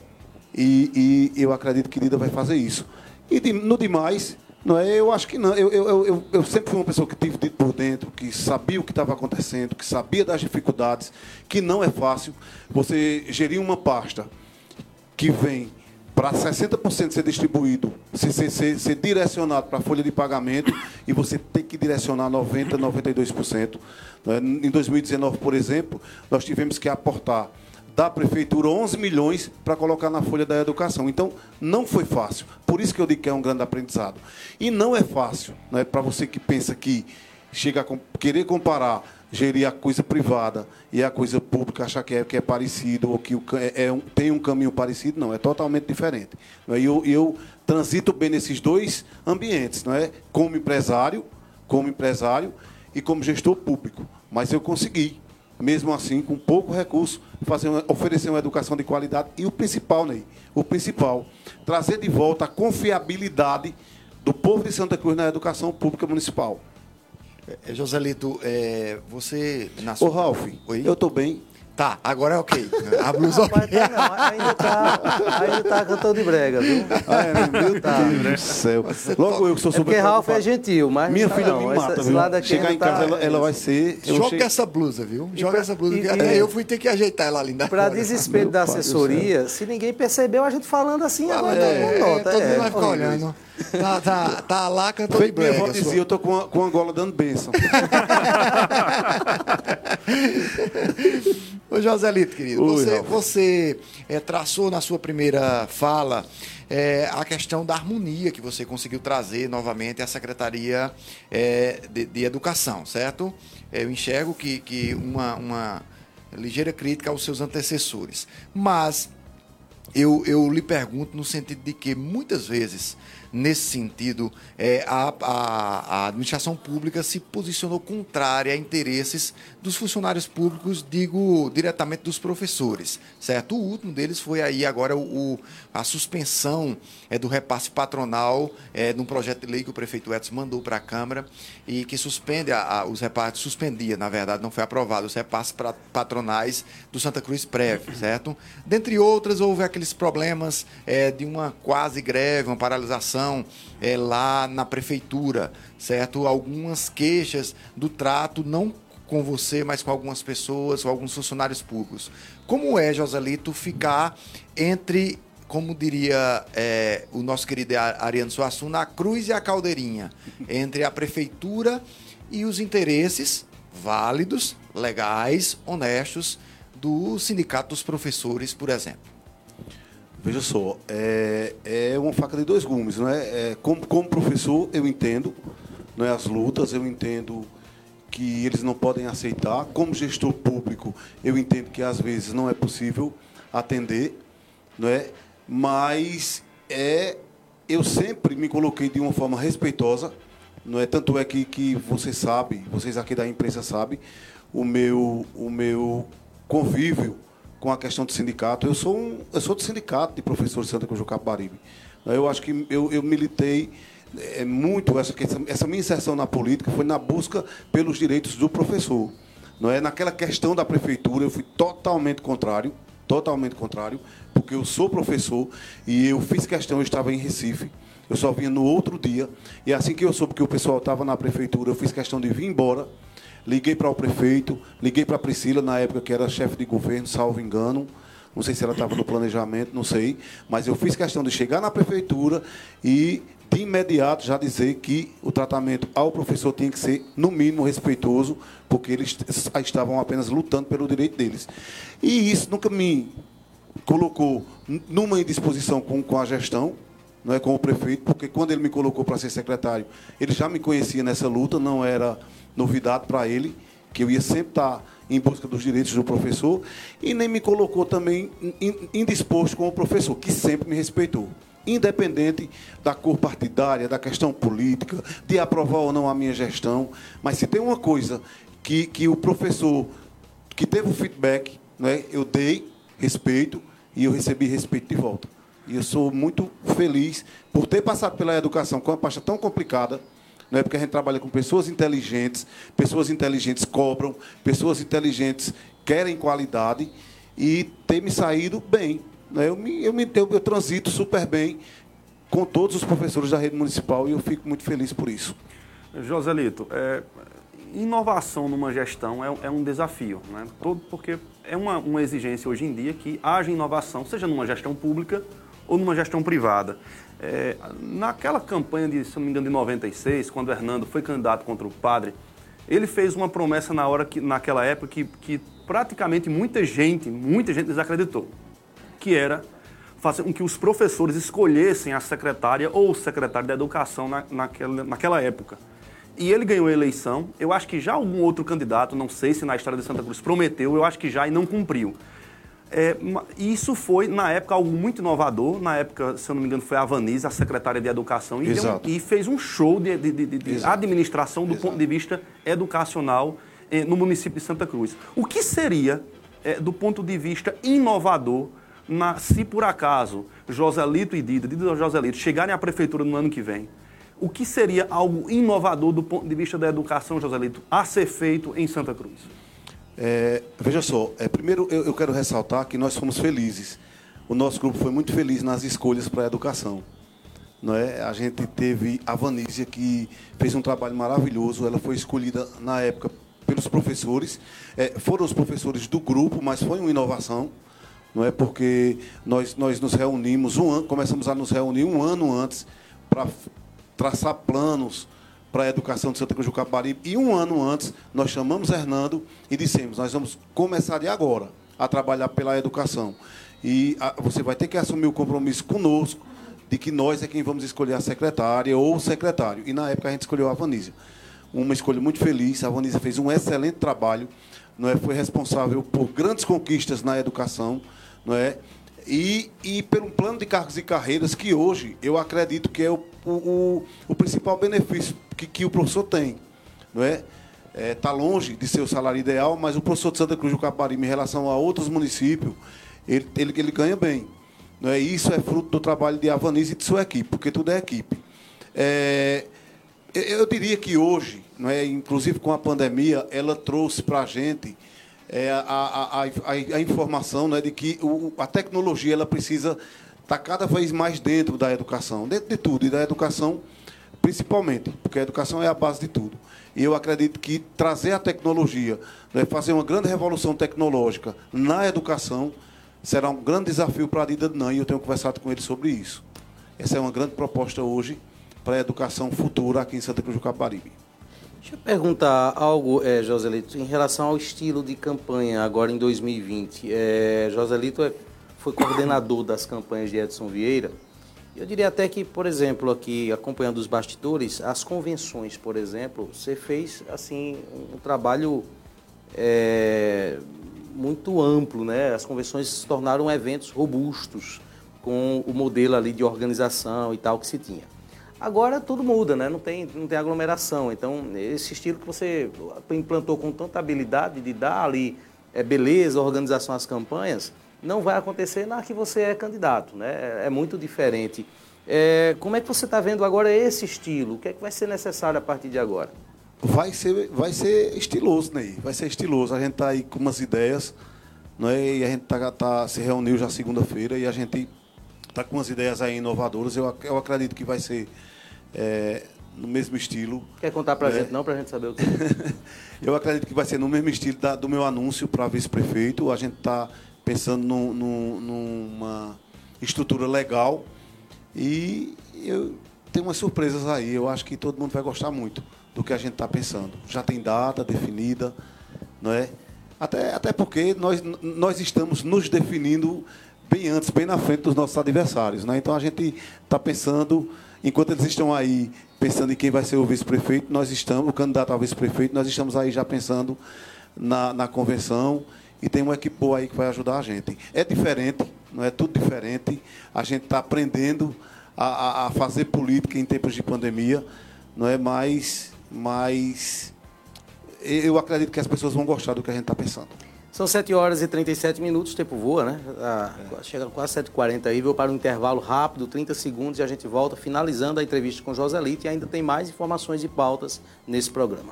G: E, e eu acredito que Dida vai fazer isso. E de, no demais, não é? Eu acho que não. Eu, eu, eu, eu sempre fui uma pessoa que tive por dentro, que sabia o que estava acontecendo, que sabia das dificuldades, que não é fácil você gerir uma pasta que vem para sessenta por cento ser distribuído, ser, ser, ser, ser direcionado para a folha de pagamento, e você tem que direcionar noventa por cento, noventa e dois por cento. Em dois mil e dezenove, por exemplo, nós tivemos que aportar da Prefeitura onze milhões para colocar na folha da educação. Então, não foi fácil. Por isso que eu digo que é um grande aprendizado. E não é fácil, né, para você que pensa que chega a querer comparar gerir a coisa privada e a coisa pública, achar que é, que é parecido ou que o, é, é um, tem um caminho parecido. Não, é totalmente diferente. E eu, eu transito bem nesses dois ambientes, não é? Como empresário, como empresário e como gestor público. Mas eu consegui, mesmo assim, com pouco recurso, fazer uma, oferecer uma educação de qualidade. E o principal, Ney, o principal, trazer de volta a confiabilidade do povo de Santa Cruz na educação pública municipal.
E: É, Joselito, é, você... Na sua...
G: Ô, Ralf, Oi? eu estou bem.
E: Tá, agora é ok. A blusa
B: Rapaz,
E: ok.
B: tá, não, ainda tá, ainda tá cantando de brega, viu?
G: Ah, é, meu
B: Tá.
G: Deus do céu. Logo eu que sou
B: É
G: super
B: porque Ralf é
G: preocupado.
B: gentil, mas
G: Minha
B: tá
G: filha
B: não.
G: me
B: Esse-
G: mata,
B: esse
G: viu?
B: lado aqui
G: Chegar
B: ainda
G: em casa,
B: tá-
G: ela, ela vai ser... eu
E: Joga
G: chego-
E: essa blusa, viu? Joga
B: pra-
E: essa blusa,
B: e-
E: que
B: e-
E: até
B: e-
E: eu fui ter que ajeitar ela ali.
B: Para desespero
G: Meu
B: da
G: pai do
B: assessoria, se ninguém percebeu, a gente falando assim, agora todo mundo
E: É,
B: nota.
E: todo
B: é,
E: mundo vai ficar
B: horrível
E: olhando. Tá, tá, tá lá cantando de
G: Feito minha
E: brega.
G: avó dizia, eu tô com a, com a Angola dando bênção.
E: Ô, Joselito, querido,
G: Oi,
E: você,
G: Ralf.
E: você é, traçou na sua primeira fala é, a questão da harmonia que você conseguiu trazer novamente à Secretaria é, de, de Educação, certo? É, eu enxergo que, que uma, uma ligeira crítica aos seus antecessores. Mas eu, eu lhe pergunto no sentido de que, muitas vezes, nesse sentido, é, a, a, a administração pública se posicionou contrária a interesses dos funcionários públicos, digo diretamente dos professores, certo? O último deles foi aí agora o, o- a suspensão é, do repasse patronal é, de um projeto de lei que o prefeito Edson mandou para a Câmara e que suspende a, a- os repasses, suspendia, na verdade, não foi aprovado, os repasses pra- patronais do Santa Cruz Prev, certo? Dentre outras, houve aqueles problemas é, de uma quase greve, uma paralisação é, lá na prefeitura, certo? Algumas queixas do trato, não com você, mas com algumas pessoas, com alguns funcionários públicos. Como é, Joselito, ficar entre, como diria é, o nosso querido Ariano Suassuna, a cruz e a caldeirinha, entre a prefeitura e os interesses válidos, legais, honestos, do Sindicato dos Professores, por exemplo?
G: Veja só, é, é uma faca de dois gumes, não é? É, como, como professor, eu entendo, não é, as lutas, eu entendo que eles não podem aceitar. Como gestor público, eu entendo que às vezes não é possível atender, não é? Mas é, eu sempre me coloquei de uma forma respeitosa, não é? Tanto é que, que você sabe, vocês aqui da imprensa sabem, o meu, o meu convívio com a questão do sindicato. Eu sou, um, eu sou do sindicato de professores de Santa Cruz do Capibaribe. Eu acho que eu, eu militei é, muito, essa, essa minha inserção na política foi na busca pelos direitos do professor. Não é? Naquela questão da prefeitura, eu fui totalmente contrário, totalmente contrário, porque eu sou professor e eu fiz questão, eu estava em Recife, Eu só vinha no outro dia. E assim que eu soube que o pessoal estava na prefeitura, eu fiz questão de vir embora. Liguei para o prefeito, liguei para a Priscila, na época que era chefe de governo, salvo engano. Não sei se ela estava no planejamento, não sei. Mas eu fiz questão de chegar na prefeitura e, de imediato, já dizer que o tratamento ao professor tinha que ser, no mínimo, respeitoso, porque eles estavam apenas lutando pelo direito deles. E isso nunca me colocou numa indisposição com, com a gestão, não é, com o prefeito, porque quando ele me colocou para ser secretário, ele já me conhecia nessa luta, não era novidade para ele, que eu ia sempre estar em busca dos direitos do professor, e nem me colocou também indisposto com o professor, que sempre me respeitou, independente da cor partidária, da questão política, de aprovar ou não a minha gestão. Mas se tem uma coisa que, que o professor, que teve o feedback, né, eu dei respeito e eu recebi respeito de volta. E eu sou muito feliz por ter passado pela educação, com uma pasta tão complicada, né, porque a gente trabalha com pessoas inteligentes, pessoas inteligentes cobram, pessoas inteligentes querem qualidade, e ter me saído bem. Né, eu, me, eu, me, eu, eu transito super bem com todos os professores da rede municipal e eu fico muito feliz por isso.
C: Joselito, é, inovação numa gestão é, é um desafio, né? Todo, porque é uma, uma exigência hoje em dia que haja inovação, seja numa gestão pública ou numa gestão privada. É, naquela campanha, de, se não me engano, de noventa e seis, quando o Hernando foi candidato contra o Padre, ele fez uma promessa na hora que, naquela época que, que praticamente muita gente, muita gente desacreditou, que era fazer com que os professores escolhessem a secretária ou o secretário da educação na, naquela, naquela época. E ele ganhou a eleição. Eu acho que já algum outro candidato, não sei se na história de Santa Cruz, prometeu, eu acho que já e não cumpriu. É, isso foi, na época, algo muito inovador. Na época, se eu não me engano, foi a Vanise, a secretária de Educação, e, deu, e fez um show de, de, de, de administração do Exato. Ponto de vista educacional eh, no município de Santa Cruz. O que seria, eh, do ponto de vista inovador, na, se por acaso Joselito e Dida, Dida e Joselito, chegarem à prefeitura no ano que vem, o que seria algo inovador do ponto de vista da educação, Joselito, a ser feito em Santa Cruz?
G: É, veja só, é, primeiro eu, eu quero ressaltar que nós fomos felizes. O nosso grupo foi muito feliz nas escolhas para a educação. Não é? A gente teve a Vanísia, que fez um trabalho maravilhoso. Ela foi escolhida, na época, pelos professores. É, foram os professores do grupo, mas foi uma inovação. Não é? Porque nós, nós nos reunimos, um ano, começamos a nos reunir um ano antes para traçar planos para a educação de Santa Cruz do Capibaribe, e um ano antes nós chamamos Hernando e dissemos, nós vamos começar de agora a trabalhar pela educação. E a, você vai ter que assumir o compromisso conosco de que nós é quem vamos escolher a secretária ou o secretário. E na época a gente escolheu a Vanísia. Uma escolha muito feliz, a Vanísia fez um excelente trabalho, não é? Foi responsável por grandes conquistas na educação, não é? E, e pelo plano de cargos e carreiras que hoje eu acredito que é o, o, o principal benefício que, que o professor tem. Não é? Está longe de ser o salário ideal, mas o professor de Santa Cruz do Capibaribe, em relação a outros municípios, ele, ele, ele ganha bem. Não é? Isso é fruto do trabalho de Avanise e de sua equipe, porque tudo é equipe. É, eu diria que hoje, não é? Inclusive com a pandemia, ela trouxe para a gente É a, a, a, a informação, né, de que o, a tecnologia ela precisa estar cada vez mais dentro da educação, dentro de tudo, e da educação principalmente, porque a educação é a base de tudo. E eu acredito que trazer a tecnologia, né, fazer uma grande revolução tecnológica na educação, será um grande desafio para a Dida Dinan, e eu tenho conversado com ele sobre isso. Essa é uma grande proposta hoje para a educação futura aqui em Santa Cruz do Capibaribe.
B: Deixa eu perguntar algo, é, Joselito, em relação ao estilo de campanha agora em dois mil e vinte. É, Joselito é, foi coordenador das campanhas de Edson Vieira. Eu diria até que, por exemplo, aqui acompanhando os bastidores, as convenções, por exemplo, você fez assim um trabalho é, muito amplo, né? As convenções se tornaram eventos robustos com o modelo ali de organização e tal que se tinha. Agora tudo muda, né? Não tem, não tem aglomeração. Então, esse estilo que você implantou com tanta habilidade de dar ali é, beleza, organização às campanhas, não vai acontecer na que você é candidato, né? É muito diferente. É, como é que você está vendo agora esse estilo? O que é que vai ser necessário a partir de agora?
G: Vai ser, vai ser estiloso, Ney. Vai ser estiloso. A gente está aí com umas ideias, né? E a gente tá, tá, se reuniu já segunda-feira e a gente tá com umas ideias aí inovadoras. Eu, eu acredito que vai ser é, no mesmo estilo.
B: Quer contar para a
G: né?
B: gente não, para a gente saber o que
G: Eu acredito que vai ser no mesmo estilo da, do meu anúncio para vice-prefeito. A gente está pensando no, no, numa estrutura legal e eu tenho umas surpresas aí. Eu acho que todo mundo vai gostar muito do que a gente está pensando. Já tem data definida, não é? Até, até porque nós, nós estamos nos definindo bem antes, bem na frente dos nossos adversários, né? Então a gente está pensando, enquanto eles estão aí pensando em quem vai ser o vice-prefeito, nós estamos, o candidato a vice-prefeito, nós estamos aí já pensando na, na convenção e tem uma equipe boa aí que vai ajudar a gente. É diferente, não é tudo diferente. A gente está aprendendo a, a, a fazer política em tempos de pandemia, não é? Mas, mas eu acredito que as pessoas vão gostar do que a gente está pensando.
B: São sete horas e trinta e sete minutos, o tempo voa, né? Ah, é. Chega quase sete e quarenta aí, vou para um intervalo rápido, trinta segundos, e a gente volta finalizando a entrevista com Joselito e ainda tem mais informações e pautas nesse programa.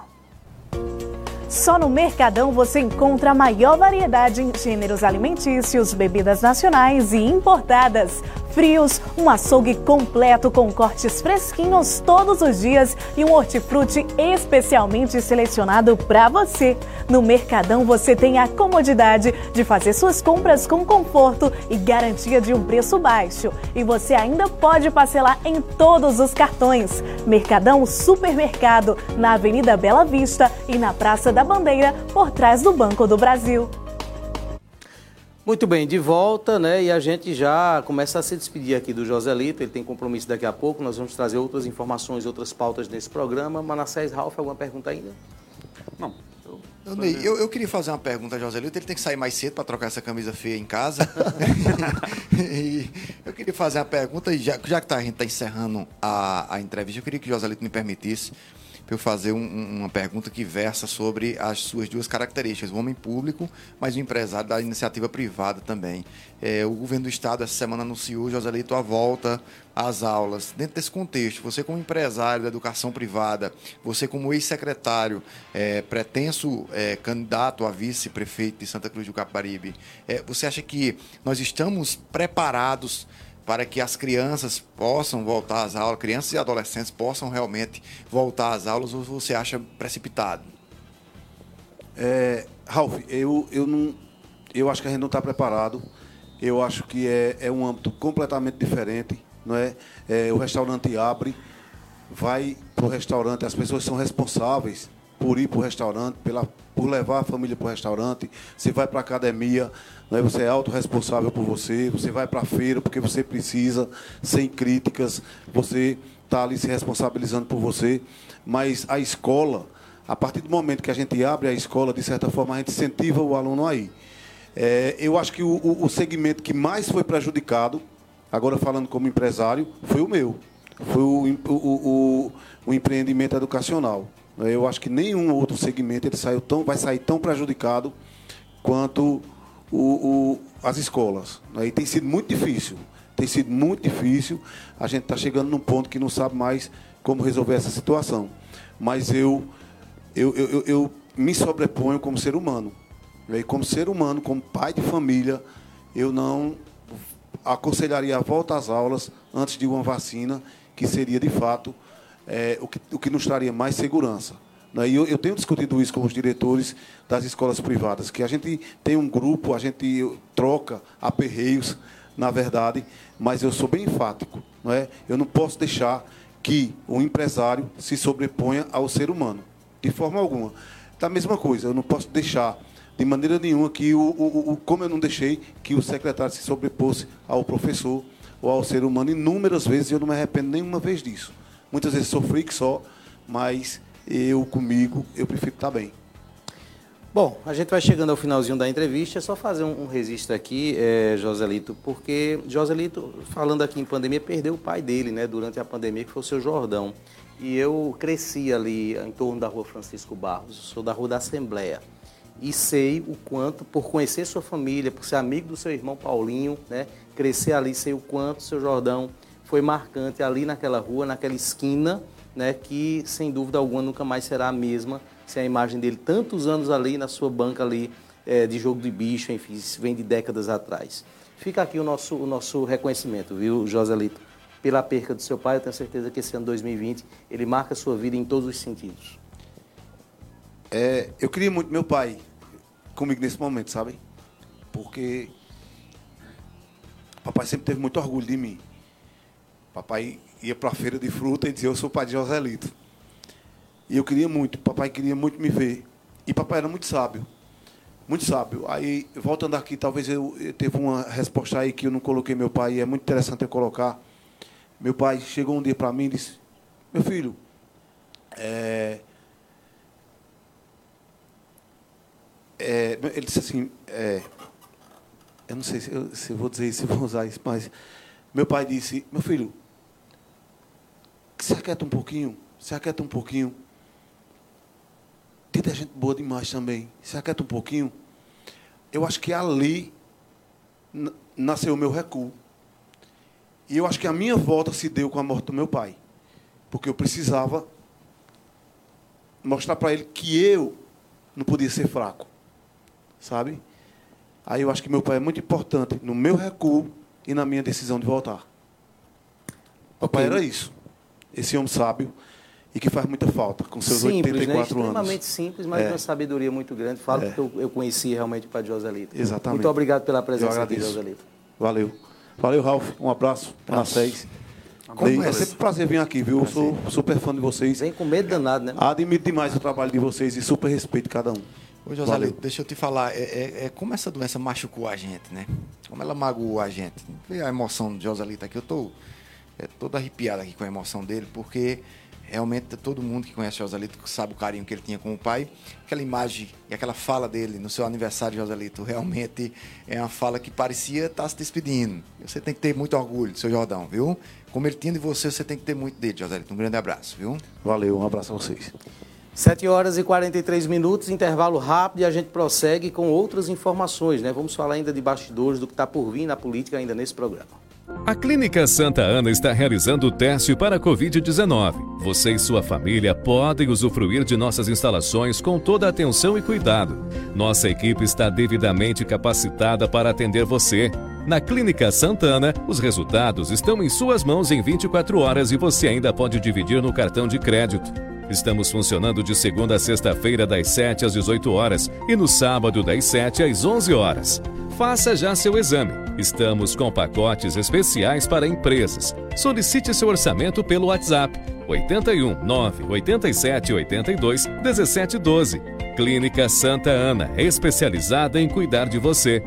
F: Só no Mercadão você encontra a maior variedade em gêneros alimentícios, bebidas nacionais e importadas. Frios, um açougue completo com cortes fresquinhos todos os dias e um hortifruti especialmente selecionado para você. No Mercadão você tem a comodidade de fazer suas compras com conforto e garantia de um preço baixo. E você ainda pode parcelar em todos os cartões. Mercadão Supermercado, na Avenida Bela Vista e na Praça da Bandeira, por trás do Banco do Brasil.
B: Muito bem, de volta, né? E a gente já começa a se despedir aqui do Joselito. Ele tem compromisso daqui a pouco. Nós vamos trazer outras informações, outras pautas nesse programa. Manassés, Ralf, alguma pergunta ainda?
C: Não.
E: Eu, Ney, eu, eu queria fazer uma pergunta a Joselito. Ele tem que sair mais cedo para trocar essa camisa feia em casa. E eu queria fazer uma pergunta, e já, já que tá, a gente está encerrando a, a entrevista, eu queria que o Joselito me permitisse para eu fazer um, uma pergunta que versa sobre as suas duas características, o homem público, mas o empresário da iniciativa privada também. É, o governo do Estado, essa semana, anunciou, Joselito, a volta às aulas. Dentro desse contexto, você como empresário da educação privada, você como ex-secretário, é, pretenso é, candidato a vice-prefeito de Santa Cruz do Capibaribe, é, você acha que nós estamos preparados para que as crianças possam voltar às aulas, crianças e adolescentes possam realmente voltar às aulas, ou você acha precipitado?
G: É, Ralf, eu, eu, não, eu acho que a gente não está preparado. Eu acho que é, é um âmbito completamente diferente. Não é? É, o restaurante abre, vai para o restaurante, as pessoas são responsáveis por ir para o restaurante, pela, por levar a família para o restaurante. Você vai para a academia, não é? Você é autorresponsável por você, você vai para a feira porque você precisa, sem críticas, você está ali se responsabilizando por você. Mas a escola, a partir do momento que a gente abre a escola, de certa forma, a gente incentiva o aluno aí. É, eu acho que o, o, o segmento que mais foi prejudicado, agora falando como empresário, foi o meu. Foi o, o, o, o empreendimento educacional. Eu acho que nenhum outro segmento ele saiu tão, vai sair tão prejudicado quanto o, o, as escolas. E tem sido muito difícil. Tem sido muito difícil. A gente está chegando num ponto que não sabe mais como resolver essa situação. Mas eu, eu, eu, eu, eu me sobreponho como ser humano. E como ser humano, como pai de família, eu não aconselharia a volta às aulas antes de uma vacina, que seria, de fato, É, o, que, o que nos traria mais segurança. Né? E eu, eu tenho discutido isso com os diretores das escolas privadas, que a gente tem um grupo, a gente troca aperreios, na verdade, mas eu sou bem enfático. Não é? Eu não posso deixar que o empresário se sobreponha ao ser humano, de forma alguma. Da mesma coisa, eu não posso deixar, de maneira nenhuma, que o, o, o, como eu não deixei que o secretário se sobrepôsse ao professor ou ao ser humano inúmeras vezes, e eu não me arrependo nenhuma vez disso. Muitas vezes sofri que só, mas eu, comigo, eu prefiro estar bem.
B: Bom, a gente vai chegando ao finalzinho da entrevista, é só fazer um, um registro aqui, é, Joselito, porque Joselito, falando aqui em pandemia, perdeu o pai dele, né, durante a pandemia, que foi o seu Jordão. E eu cresci ali em torno da rua Francisco Barros, sou da rua da Assembleia. E sei o quanto, por conhecer sua família, por ser amigo do seu irmão Paulinho, né, crescer ali, sei o quanto o seu Jordão foi marcante ali naquela rua, naquela esquina, né, que sem dúvida alguma nunca mais será a mesma, se a imagem dele tantos anos ali na sua banca ali, é, de jogo de bicho, enfim, isso vem de décadas atrás. Fica aqui o nosso, o nosso reconhecimento, viu, Joselito? Pela perca do seu pai, eu tenho certeza que esse ano dois mil e vinte ele marca a sua vida em todos os sentidos.
G: É, eu queria muito meu pai comigo nesse momento, sabe? Porque papai sempre teve muito orgulho de mim. Papai ia para a feira de fruta e dizia, eu sou o pai de Joselito. E eu queria muito, papai queria muito me ver. E papai era muito sábio, muito sábio. Aí, voltando aqui, talvez eu, eu teve uma resposta aí que eu não coloquei meu pai, e é muito interessante eu colocar. Meu pai chegou um dia para mim e disse, meu filho, é, é, ele disse assim, é, eu não sei se eu, se eu vou dizer isso, se eu vou usar isso, mas meu pai disse, meu filho, se aquieta um pouquinho, se aquieta um pouquinho. Tem gente boa demais também. Se aquieta um pouquinho. Eu acho que ali nasceu o meu recuo. E eu acho que a minha volta se deu com a morte do meu pai. Porque eu precisava mostrar para ele que eu não podia ser fraco. Sabe? Aí eu acho que meu pai é muito importante no meu recuo e na minha decisão de voltar. Papai okay. Era isso. Esse homem sábio e que faz muita falta, com seus simples, oitenta e quatro
B: né?
G: anos.
B: Extremamente simples, mas é. Uma sabedoria muito grande. Falo é. Porque eu, eu conheci realmente o pai de Joselito.
G: Exatamente.
B: Muito obrigado pela presença aqui, Joselito.
G: Valeu. Valeu, Ralf. Um abraço. Vocês. É sempre um prazer vir aqui, viu? Eu sou super fã de vocês.
B: Vem com medo danado, né?
G: Admiro demais o trabalho de vocês e super respeito cada um.
E: Ô, Joselito, deixa eu te falar, é, é, é como essa doença machucou a gente, né? Como ela magoou a gente. Vê a emoção do Joselito aqui, eu tô é, todo arrepiado aqui com a emoção dele, porque realmente todo mundo que conhece o Joselito sabe o carinho que ele tinha com o pai. Aquela imagem e aquela fala dele no seu aniversário, Joselito, realmente é uma fala que parecia estar se despedindo. Você tem que ter muito orgulho do seu Jordão, viu? Como ele tinha de você, você tem que ter muito dele, Joselito. Um grande abraço, viu?
G: Valeu, um abraço a vocês.
B: sete horas e quarenta e três minutos, intervalo rápido e a gente prossegue com outras informações, né? Vamos falar ainda de bastidores, do que está por vir na política ainda nesse programa.
A: A Clínica Santa Ana está realizando o teste para a covid dezenove. Você e sua família podem usufruir de nossas instalações com toda a atenção e cuidado. Nossa equipe está devidamente capacitada para atender você. Na Clínica Santana, os resultados estão em suas mãos em vinte e quatro horas e você ainda pode dividir no cartão de crédito. Estamos funcionando de segunda a sexta-feira das sete às dezoito horas e no sábado das sete às onze horas. Faça já seu exame. Estamos com pacotes especiais para empresas. Solicite seu orçamento pelo WhatsApp oito um nove oito sete oito dois um sete um dois. Clínica Santa Ana, especializada em cuidar de você.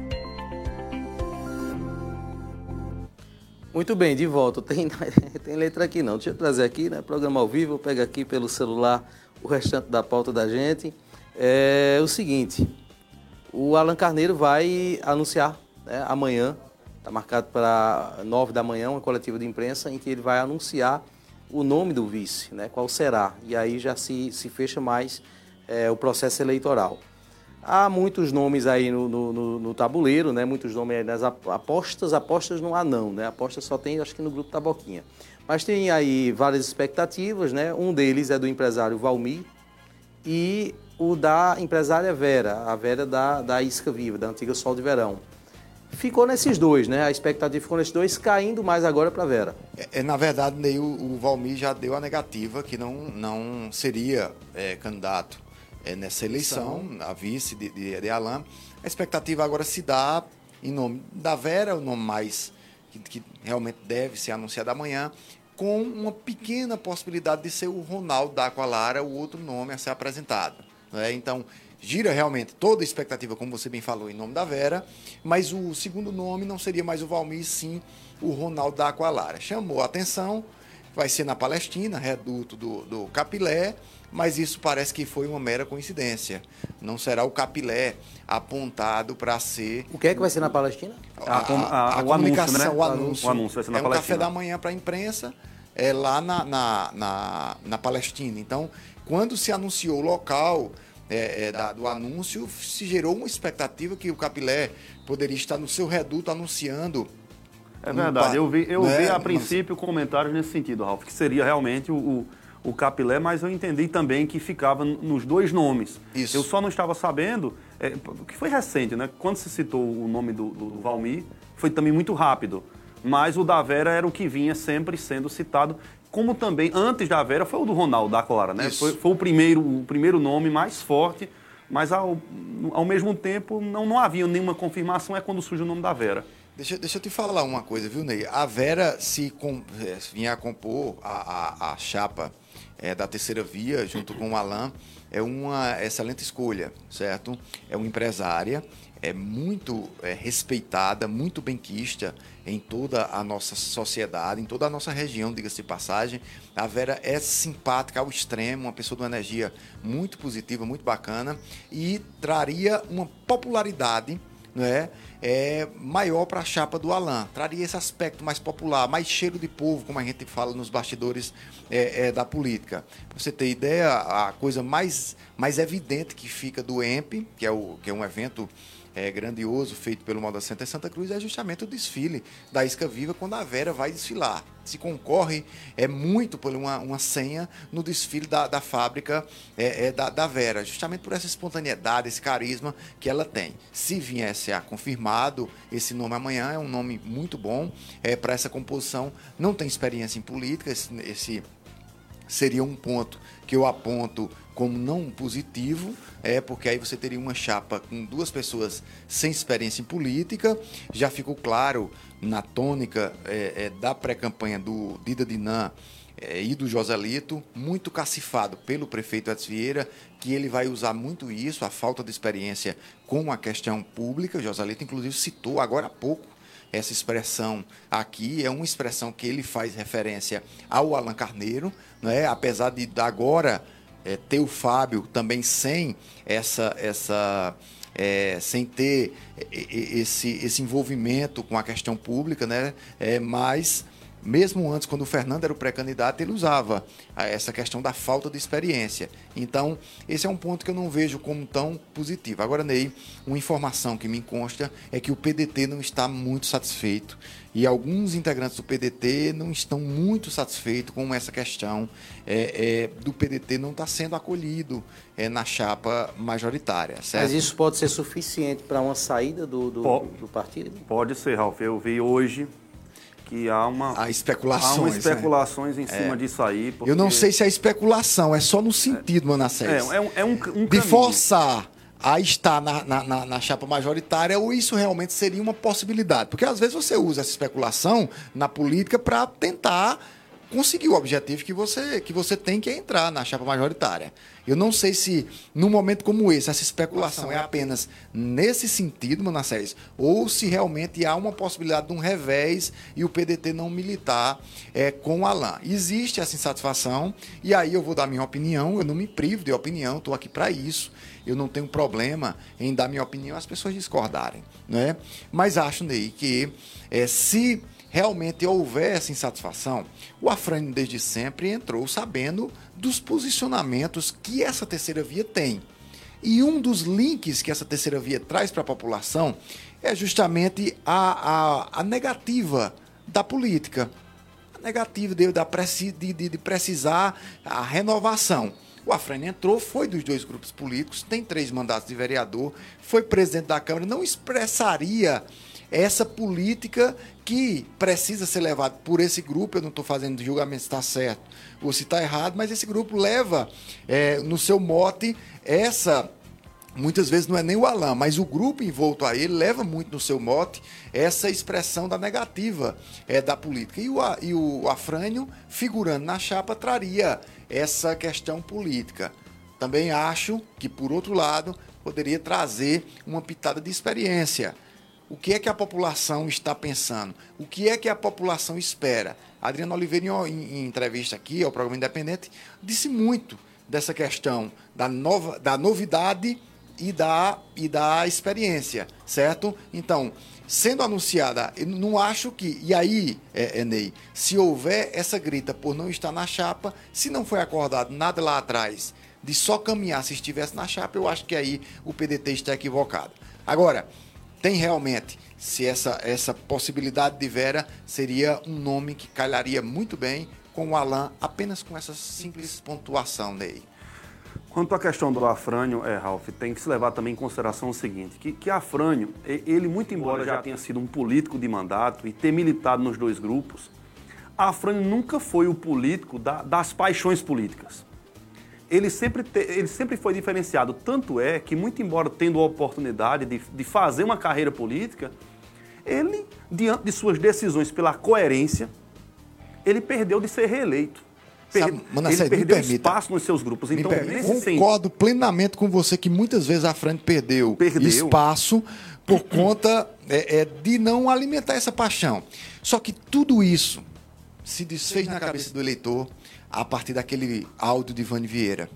B: Muito bem, de volta. Tem, tem letra aqui não. Deixa eu trazer aqui, né? Programa ao vivo, eu pego aqui pelo celular o restante da pauta da gente. É o seguinte, o Alan Carneiro vai anunciar, né, amanhã, está marcado para nove da manhã, uma coletiva de imprensa em que ele vai anunciar o nome do vice, né? Qual será. E aí já se, se fecha mais é, o processo eleitoral. Há muitos nomes aí no, no, no tabuleiro, né? Muitos nomes aí nas apostas. Apostas não há não, né? Apostas só tem, acho que no grupo Taboquinha. Mas tem aí várias expectativas, né? Um deles é do empresário Valmir e o da empresária Vera, a Vera da, da Isca Viva, da antiga Sol de Verão. Ficou nesses dois, né? A expectativa ficou nesses dois, caindo mais agora para Vera.
E: É, na verdade, Ney, o, o Valmir já deu a negativa que não, não seria é, candidato É, nessa eleição, a vice de, de, de Alan. A expectativa agora se dá em nome da Vera, o nome mais que, que realmente deve ser anunciado amanhã, com uma pequena possibilidade de ser o Ronaldo da Aqualara, o outro nome a ser apresentado. Né? Então, gira realmente toda a expectativa, como você bem falou, em nome da Vera, mas o segundo nome não seria mais o Valmir, sim o Ronaldo da Aqualara. Chamou a atenção, vai ser na Palestina, reduto do, do Capilé, mas isso parece que foi uma mera coincidência. Não será o Capilé apontado para ser...
B: O que é que vai ser na Palestina?
E: A, a, a, a comunicação,
C: anúncio, né?
E: o anúncio.
C: O anúncio vai ser na
E: é um
C: Palestina.
E: café da manhã para a imprensa, é, lá na, na, na, na Palestina. Então, quando se anunciou o local é, é, da, do anúncio, se gerou uma expectativa que o Capilé poderia estar no seu reduto anunciando...
C: É verdade, um, eu vi, eu né? vi a princípio comentários nesse sentido, Ralf, que seria realmente o... o o Capilé, mas eu entendi também que ficava nos dois nomes.
E: Isso.
C: Eu só não estava sabendo, é, que foi recente, né? Quando se citou o nome do, do, do Valmir, foi também muito rápido. Mas o da Vera era o que vinha sempre sendo citado, como também, antes da Vera, foi o do Ronaldo da Clara, né? Foi, foi o, primeiro, o primeiro nome mais forte, mas ao, ao mesmo tempo não, não havia nenhuma confirmação, é quando surge o nome da Vera.
E: Deixa, deixa eu te falar uma coisa, viu, Ney? A Vera se, com, se vinha a compor a, a, a chapa é, da terceira via, junto com o Alain, é uma excelente escolha, certo? É uma empresária, é muito é, respeitada, muito benquista em toda a nossa sociedade, em toda a nossa região, diga-se de passagem. A Vera é simpática ao extremo, uma pessoa de uma energia muito positiva, muito bacana, e traria uma popularidade, não é? É, maior para a chapa do Alain, traria esse aspecto mais popular, mais cheiro de povo, como a gente fala nos bastidores é, é, da política. Pra você ter ideia, a coisa mais, mais evidente que fica do E M P, que é, o, que é um evento é, grandioso feito pelo Moda Center Santa Cruz, é justamente o desfile da Isca Viva quando a Vera vai desfilar. Se concorre é muito por uma, uma senha no desfile da, da fábrica é, é, da, da Vera, justamente por essa espontaneidade, esse carisma que ela tem. Se viesse a confirmado, esse nome amanhã é um nome muito bom é, para essa composição. Não tem experiência em política, esse, esse seria um ponto que eu aponto como não positivo, é porque aí você teria uma chapa com duas pessoas sem experiência em política. Já ficou claro na tônica é, é, da pré-campanha do Dida Dinan é, e do Joselito, muito cacifado pelo prefeito Edson Vieira, que ele vai usar muito isso, a falta de experiência com a questão pública. O Joselito, inclusive, citou agora há pouco essa expressão aqui, é uma expressão que ele faz referência ao Alan Carneiro, né? Apesar de agora é, ter o Fábio também sem essa, essa é, sem ter esse, esse envolvimento com a questão pública, né? É, mas mesmo antes, quando o Fernando era o pré-candidato, ele usava essa questão da falta de experiência. Então, esse é um ponto que eu não vejo como tão positivo. Agora, Ney, uma informação que me consta é que o P D T não está muito satisfeito e alguns integrantes do P D T não estão muito satisfeitos com essa questão é, é, do P D T não estar sendo acolhido é, na chapa majoritária, certo?
B: Mas isso pode ser suficiente para uma saída do, do,
C: pode,
B: do partido?
C: Pode ser, Ralf. Eu vi hoje que há uma
E: há especulações,
C: há uma especulações
E: né?
C: em cima
E: é.
C: disso aí. Porque...
E: Eu não sei se é especulação, é só no sentido, é, Manassés.
C: É, é um, é um, um
E: de
C: caminho.
E: forçar a estar na, na, na, na chapa majoritária, ou isso realmente seria uma possibilidade? Porque às vezes você usa essa especulação na política para tentar conseguir o objetivo que você, que você tem, que é entrar na chapa majoritária. Eu não sei se, num momento como esse, essa especulação é apenas nesse sentido, Manassés, ou se realmente há uma possibilidade de um revés e o P D T não militar é, com o Alain. Existe essa insatisfação, e aí eu vou dar minha opinião, eu não me privo de opinião, estou aqui para isso, eu não tenho problema em dar minha opinião as pessoas discordarem, né? Mas acho, Ney, que é, se realmente houver essa insatisfação, o Afrânio desde sempre entrou sabendo dos posicionamentos que essa terceira via tem. E um dos links que essa terceira via traz para a população é justamente a, a, a negativa da política. A negativa de, de, de, de precisar a renovação. O Afrânio entrou, foi dos dois grupos políticos, tem três mandatos de vereador, foi presidente da Câmara, não expressaria essa política que precisa ser levada por esse grupo. Eu não estou fazendo julgamento se está certo ou se está errado, mas esse grupo leva é, no seu mote essa, muitas vezes não é nem o Alain, mas o grupo envolto a ele leva muito no seu mote essa expressão da negativa é, da política. E o, e o Afrânio, figurando na chapa, traria essa questão política. Também acho que, por outro lado, poderia trazer uma pitada de experiência. O que é que a população está pensando? O que é que a população espera? A Adriana Oliveira, em, em entrevista aqui ao programa Independente, disse muito dessa questão da, nova, da novidade e da, e da experiência, certo? Então, sendo anunciada, eu não acho que... E aí, é, é, Ney, se houver essa grita por não estar na chapa, se não foi acordado nada lá atrás de só caminhar se estivesse na chapa, eu acho que aí o P D T está equivocado. Agora, tem realmente, se essa, essa possibilidade de Vera, seria um nome que calharia muito bem com o Alain, apenas com essa simples pontuação, Ney?
C: Quanto à questão do Afrânio, é, Ralf, tem que se levar também em consideração o seguinte, que, que Afrânio, ele, muito embora já tenha sido um político de mandato e ter militado nos dois grupos, Afrânio nunca foi o político da, das paixões políticas. Ele sempre, te, ele sempre foi diferenciado, tanto é que, muito embora tendo a oportunidade de, de fazer uma carreira política, ele, diante de suas decisões pela coerência, ele perdeu de ser reeleito.
E: Sabe, Manassés,
C: ele perdeu
E: me permita,
C: espaço nos seus grupos. Então, nesse
E: concordo sentido, plenamente com você que muitas vezes a frente perdeu,
C: perdeu.
E: espaço por conta é, é, de não alimentar essa paixão. Só que tudo isso se desfez na cabeça do eleitor a partir daquele áudio de Ivane Vieira.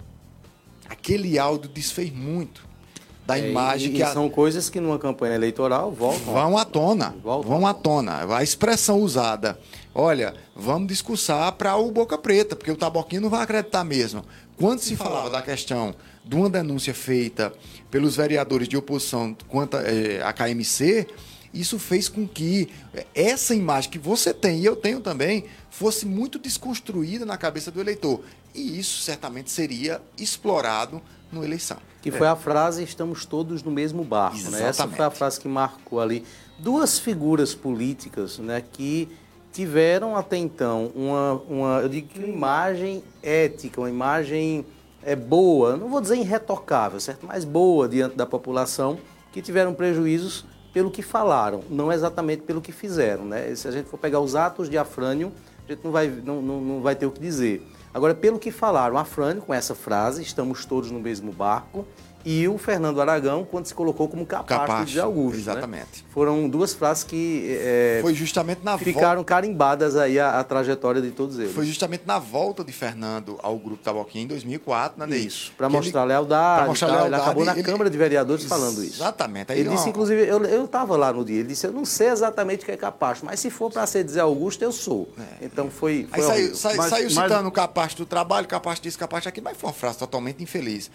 E: Aquele áudio desfez muito da
B: é,
E: imagem
B: e,
E: que...
B: E
E: a...
B: são coisas que numa campanha eleitoral voltam...
E: Vão à tona,
B: voltam
E: vão à tona. A expressão usada, olha, vamos discursar para o Boca Preta, porque o Taboquinha não vai acreditar mesmo. Quando se falava da questão de uma denúncia feita pelos vereadores de oposição quanto é, a K M C, isso fez com que essa imagem que você tem e eu tenho também fosse muito desconstruída na cabeça do eleitor. E isso certamente seria explorado na eleição.
B: Que foi é. a frase, estamos todos no mesmo barco. Né? Essa foi a frase que marcou ali duas figuras políticas, né, que tiveram até então uma, uma, eu digo, uma imagem ética, uma imagem é, boa, não vou dizer irretocável, certo? Mas boa diante da população, que tiveram prejuízos pelo que falaram, não exatamente pelo que fizeram. Né? Se a gente for pegar os atos de Afrânio, a gente não vai, não, não, não vai ter o que dizer. Agora, pelo que falaram, Afrânio, com essa frase, estamos todos no mesmo barco, e o Fernando Aragão, quando se colocou como capacho de Augusto.
E: Exatamente.
B: Né? Foram duas frases que é,
E: Foi justamente na
B: ficaram
E: volta...
B: carimbadas aí a, a trajetória de todos eles.
E: Foi justamente na volta de Fernando ao Grupo Taboquinha em dois mil e quatro, né, Ney?
B: Isso, para mostrar ele, lealdade. Pra mostrar lealdade. Ele acabou na ele... Câmara de Vereadores falando isso.
E: Exatamente. Aí
B: ele
E: não...
B: disse, inclusive, eu estava lá no dia, ele disse, eu não sei exatamente o que é capacho, mas se for para ser dizer Augusto, eu sou. É. Então foi... foi
E: aí saiu, saiu,
C: mas,
E: saiu
C: mas...
E: citando o capacho do trabalho, capacho disso, capacho aquilo, mas foi uma frase totalmente infeliz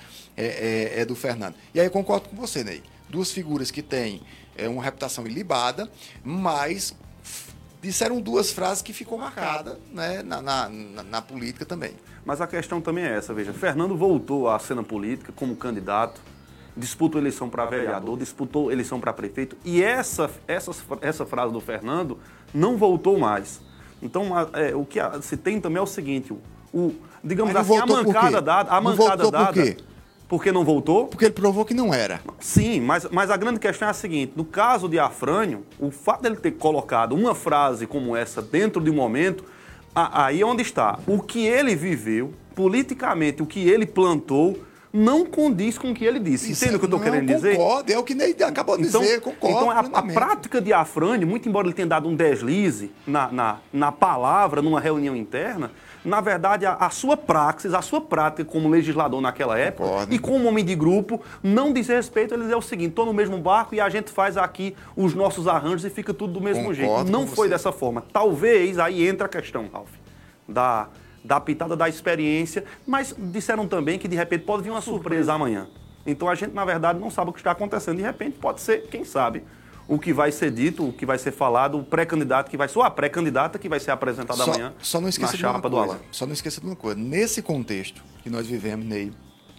E: é, é, é do Fernando. E aí eu concordo com você, Ney. Duas figuras que têm é, uma reputação ilibada, mas disseram duas frases que ficou marcada, né, na, na, na, na política também.
C: Mas a questão também é essa, veja, Fernando voltou à cena política como candidato, disputou eleição para vereador, disputou eleição para prefeito, e essa, essa, essa frase do Fernando não voltou mais. Então, a, é, o que a, se tem também é o seguinte, o, o, digamos assim, a mancada dada... A mancada dada, por quê? Porque não voltou?
E: Porque ele provou que não era.
C: Sim, mas, mas a grande questão é a seguinte, no caso de Afrânio, o fato dele ter colocado uma frase como essa dentro de um momento, a, aí é onde está. O que ele viveu, politicamente, o que ele plantou, não condiz com o que ele disse. Entende o que eu estou querendo dizer?
E: Concordo, é o que Ney acabou de
C: então,
E: dizer, concordo.
C: Então, a, a prática de Afrânio, muito embora ele tenha dado um deslize na, na, na palavra, numa reunião interna, na verdade, a, a sua praxis, a sua prática como legislador naquela época, concordo, e como homem de grupo, não diz respeito a ele dizer o seguinte, estou no mesmo barco e a gente faz aqui os nossos arranjos e fica tudo do mesmo concordo jeito. Não foi você. Dessa forma. Talvez, aí entra a questão, Ralf, da... da pitada da experiência, mas disseram também que de repente pode vir uma surpresa amanhã. Então a gente, na verdade, não sabe o que está acontecendo. De repente pode ser, quem sabe, o que vai ser dito, o que vai ser falado, o pré-candidato que vai ser, ou a pré-candidata que vai ser apresentada
E: só,
C: amanhã
E: só não esqueça
C: na chapa
E: de uma
C: do
E: coisa,
C: Alain.
E: Só não esqueça de uma coisa. Nesse contexto que nós vivemos, Ney,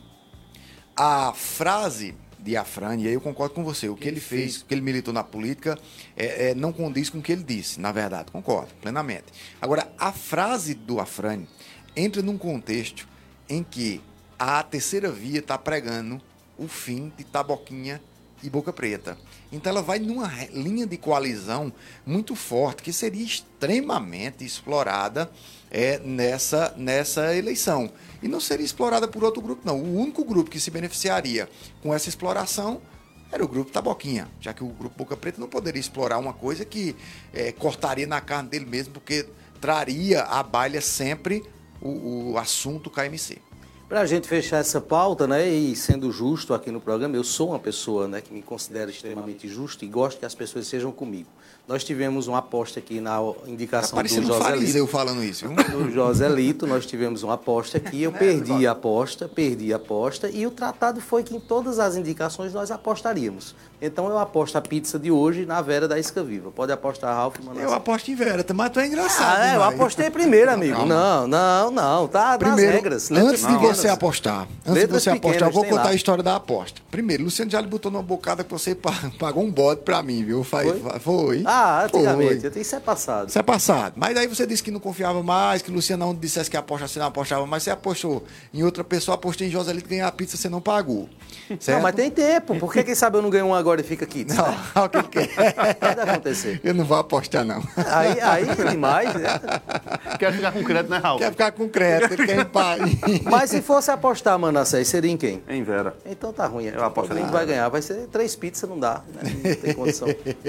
E: a frase de Afrânio, e aí eu concordo com você, o que ele fez, o que ele militou na política, é, é, não condiz com o que ele disse, na verdade, concordo, plenamente. Agora, a frase do Afrânio entra num contexto em que a terceira via está pregando o fim de Taboquinha e Boca Preta. Então ela vai numa linha de coalizão muito forte, que seria extremamente explorada é, nessa, nessa eleição. E não seria explorada por outro grupo, não. O único grupo que se beneficiaria com essa exploração era o grupo Taboquinha, já que o grupo Boca Preta não poderia explorar uma coisa que é, cortaria na carne dele mesmo, porque traria à baila sempre o, o assunto K M C.
B: Para a gente fechar essa pauta, né, e sendo justo aqui no programa, eu sou uma pessoa, né, que me considero extremamente justo e gosto que as pessoas sejam comigo. Nós tivemos uma aposta aqui na indicação
E: tá
B: do José Lito.
E: eu falando isso, viu?
B: Do José Lito, nós tivemos uma aposta aqui, eu perdi a aposta, perdi a aposta, e o tratado foi que em todas as indicações nós apostaríamos. Então eu aposto a pizza de hoje na Vera da Isca Viva. Pode apostar, Ralf.
E: Eu aposto em Vera, mas tu é engraçado.
B: Ah, é, eu apostei primeiro, amigo. Não, não, não, tá
E: primeiro,
B: nas regras.
E: Antes de
B: não,
E: você apostar, antes
B: letras
E: de você apostar, eu vou contar
B: lá.
E: a história da aposta. Primeiro, Luciano já lhe botou numa bocada que você pagou um bode pra mim, viu? Foi? Foi.
B: Ah, antigamente.
E: Foi.
B: Isso é passado.
E: Isso é passado. Mas aí você disse que não confiava mais, que o Luciano não dissesse que aposta, você não apostava mais. Você apostou em outra pessoa, apostei em José Lito ganhar a pizza, você não pagou. Certo?
B: Não, mas tem tempo. Por que quem sabe eu não ganho um agora e fica aqui?
E: Não, o que que é?
B: Pode acontecer.
E: Eu não vou apostar, não.
B: Aí, aí é demais, né?
C: Quer ficar com crédito, né, Raul?
E: Quer ficar com crédito, ele quer em paz.
B: Mas se fosse apostar, Manassés, seria em quem?
C: Em Vera.
B: Então tá ruim.
C: Eu aposto
B: Alguém
C: em
B: vai ganhar. Vai ser três pizzas, não dá. Né? Não tem condição.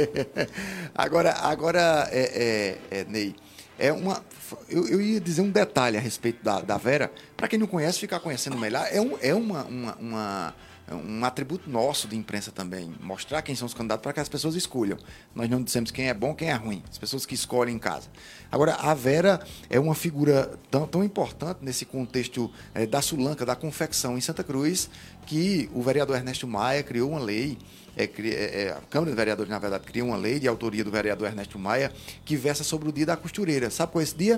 E: Agora, agora é, é, é, Ney, é uma, eu, eu ia dizer um detalhe a respeito da, da Vera. Para quem não conhece, ficar conhecendo melhor. É, um, é uma, uma, uma, um atributo nosso de imprensa também. Mostrar quem são os candidatos para que as pessoas escolham. Nós não dissemos quem é bom, quem é ruim. As pessoas que escolhem em casa. Agora, a Vera é uma figura tão, tão importante nesse contexto é, da sulanca, da confecção em Santa Cruz, que o vereador Ernesto Maia criou uma lei. É, é, a Câmara de Vereadores, na verdade, criou uma lei de autoria do vereador Ernesto Maia que versa sobre o dia da costureira. Sabe qual é esse dia?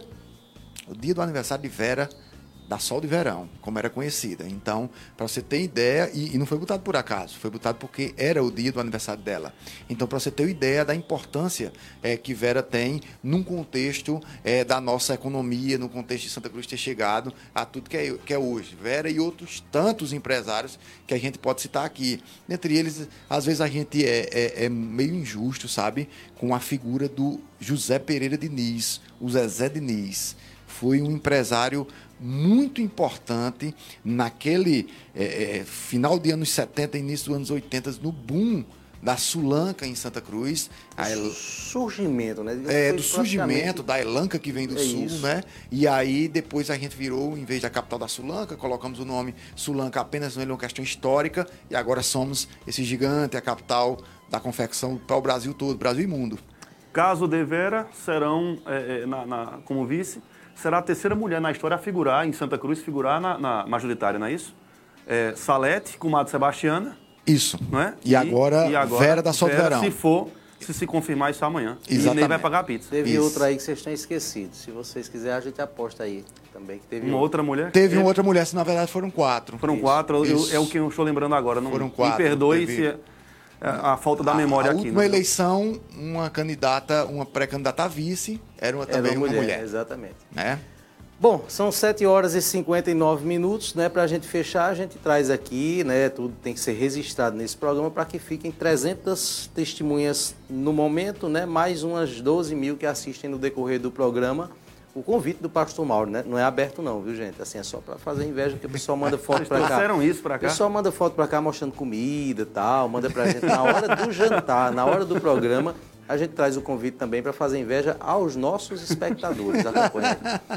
E: O dia do aniversário de Vera, da Sol de Verão, como era conhecida. Então, para você ter ideia, e, e não foi botado por acaso, foi botado porque era o dia do aniversário dela. Então, para você ter ideia da importância é, que Vera tem num contexto é, da nossa economia, no contexto de Santa Cruz ter chegado a tudo que é, que é hoje. Vera e outros tantos empresários que a gente pode citar aqui. Entre eles, às vezes a gente é, é, é meio injusto, sabe? Com a figura do José Pereira Diniz, o Zezé Diniz. Foi um empresário muito importante naquele é, é, final de anos setenta, início dos anos oitenta, no boom da sulanca em Santa Cruz. A El...
B: Surgimento, né?
E: É,
B: Foi
E: do surgimento da elanca que vem do
B: é
E: sul,
B: isso.
E: né? E aí depois a gente virou, em vez da capital da sulanca, colocamos o nome Sulanca apenas numa questão histórica e agora somos esse gigante, a capital da confecção para o Brasil todo, Brasil e mundo.
C: Caso de Vera, serão, é, na, na, como vice, será a terceira mulher na história a figurar, em Santa Cruz, figurar na, na majoritária, não é isso? É, Salete, com Madre Sebastiana.
E: Isso.
C: Não é?
E: E, e, agora, e agora, Vera da Sol de Verão.
C: Se for, se se confirmar isso amanhã.
E: Exatamente.
C: E nem vai pagar a pizza.
B: Teve
E: isso.
B: outra aí que vocês têm esquecido. Se vocês quiserem, a gente aposta aí também. Que teve
C: uma outra mulher?
E: Teve uma outra mulher, se na verdade foram quatro.
C: Foram
E: isso,
C: quatro, eu,
E: isso.
C: é o que eu estou lembrando agora. Não,
E: foram quatro.
C: Me perdoe
E: teve...
C: se... A, a falta da memória
E: a, a
C: aqui. A
E: última
C: né?
E: eleição, uma candidata, uma pré-candidata a vice, era uma, também
B: era uma,
E: uma
B: mulher,
E: mulher.
B: Exatamente.
E: Né?
B: Bom, são sete horas e cinquenta e nove minutos, né? Para a gente fechar, a gente traz aqui, né? Tudo tem que ser registrado nesse programa para que fiquem trezentas testemunhas no momento, né? Mais umas doze mil que assistem no decorrer do programa. O convite do pastor Mauro, né? Não é aberto não, viu, gente? Assim, é só para fazer inveja, porque o pessoal manda foto para cá.
C: Trouxeram isso para cá?
B: O pessoal manda foto para cá mostrando comida e tal, manda para a gente na hora do jantar, na hora do programa. A gente traz o convite também para fazer inveja aos nossos espectadores. Acompanhe.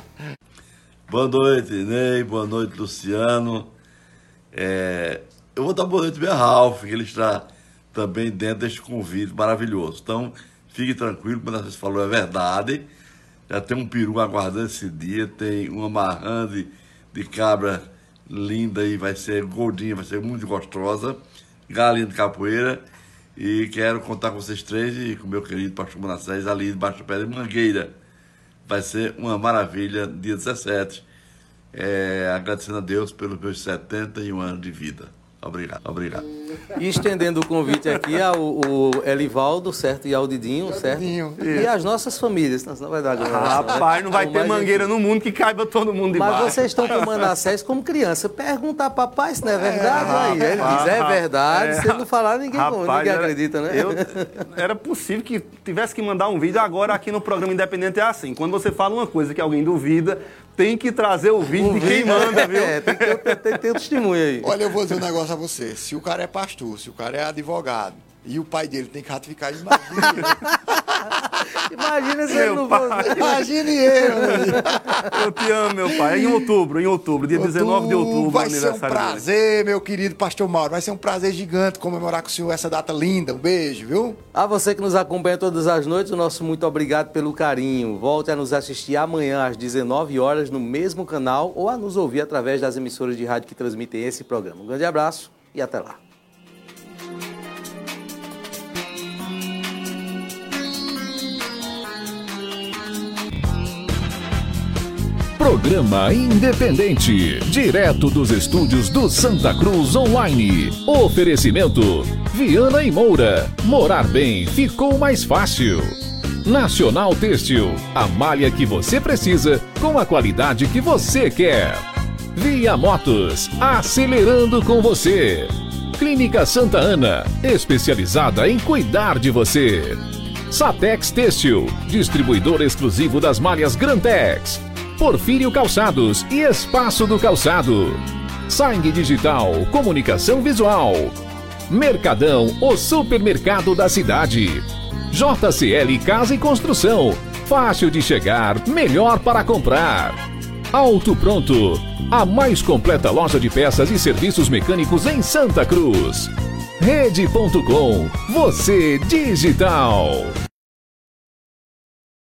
H: Boa noite, Ney. Boa noite, Luciano. É, eu vou dar boa noite para Ralf, que ele está também dentro deste convite maravilhoso. Então, fique tranquilo, como você falou, é verdade. Já tem um peru aguardando esse dia, tem uma marrã de, de cabra linda e vai ser gordinha, vai ser muito gostosa. Galinha de capoeira. E quero contar com vocês três e com o meu querido pastor Manassés ali debaixo do pé de Mangueira. Vai ser uma maravilha, dia dezessete. É, agradecendo a Deus pelos meus setenta e um anos de vida. Obrigado, obrigado.
B: E estendendo o convite aqui ao, ao Elivaldo, certo? E ao Didinho, certo?
E: Didinho,
B: e às nossas famílias. Não vai dar aglomeração,
C: Rapaz,
B: né?
C: não vai
B: Então,
C: ter
B: mas,
C: mangueira
B: enfim.
C: no mundo que caiba todo mundo debaixo.
B: Mas vocês estão tomando acesso como criança. Pergunta a papai se não é verdade. É, aí. Ele diz, é verdade.
C: É,
B: se ele não falar, ninguém,
C: rapaz,
B: ninguém
C: era,
B: acredita, né?
C: Eu, era possível que tivesse que mandar um vídeo. Agora, aqui no programa Independente é assim. Quando você fala uma coisa que alguém duvida, tem que trazer o vídeo de quem manda, viu?
B: É, tem que ter, tem que ter um testemunho aí.
E: Olha, eu vou dizer um negócio a você. Se o cara é pastor, se o cara é advogado, E o pai dele tem que ratificar, imagina.
B: Imagina se ele não fosse.
E: Imagine ele.
C: Eu te amo, meu pai. É em outubro, em outubro, dia dezenove de outubro.
E: Vai ser um
C: aniversário
E: prazer, meu querido pastor Mauro. Vai ser um prazer gigante comemorar com o senhor essa data linda. Um beijo, viu?
B: A você que nos acompanha todas as noites, o nosso muito obrigado pelo carinho. Volte a nos assistir amanhã às dezenove horas no mesmo canal ou a nos ouvir através das emissoras de rádio que transmitem esse programa. Um grande abraço e até lá.
A: Programa Independente, direto dos estúdios do Santa Cruz Online. Oferecimento: Viana e Moura. Morar bem ficou mais fácil. Nacional Têxtil, a malha que você precisa com a qualidade que você quer. Via Motos, acelerando com você. Clínica Santa Ana, especializada em cuidar de você. Satex Têxtil, distribuidor exclusivo das malhas Grantex. Porfírio Calçados e Espaço do Calçado. Sangue Digital, comunicação visual. Mercadão, o supermercado da cidade. J C L Casa e Construção, fácil de chegar, melhor para comprar. Auto Pronto, a mais completa loja de peças e serviços mecânicos em Santa Cruz. Rede ponto com, você digital.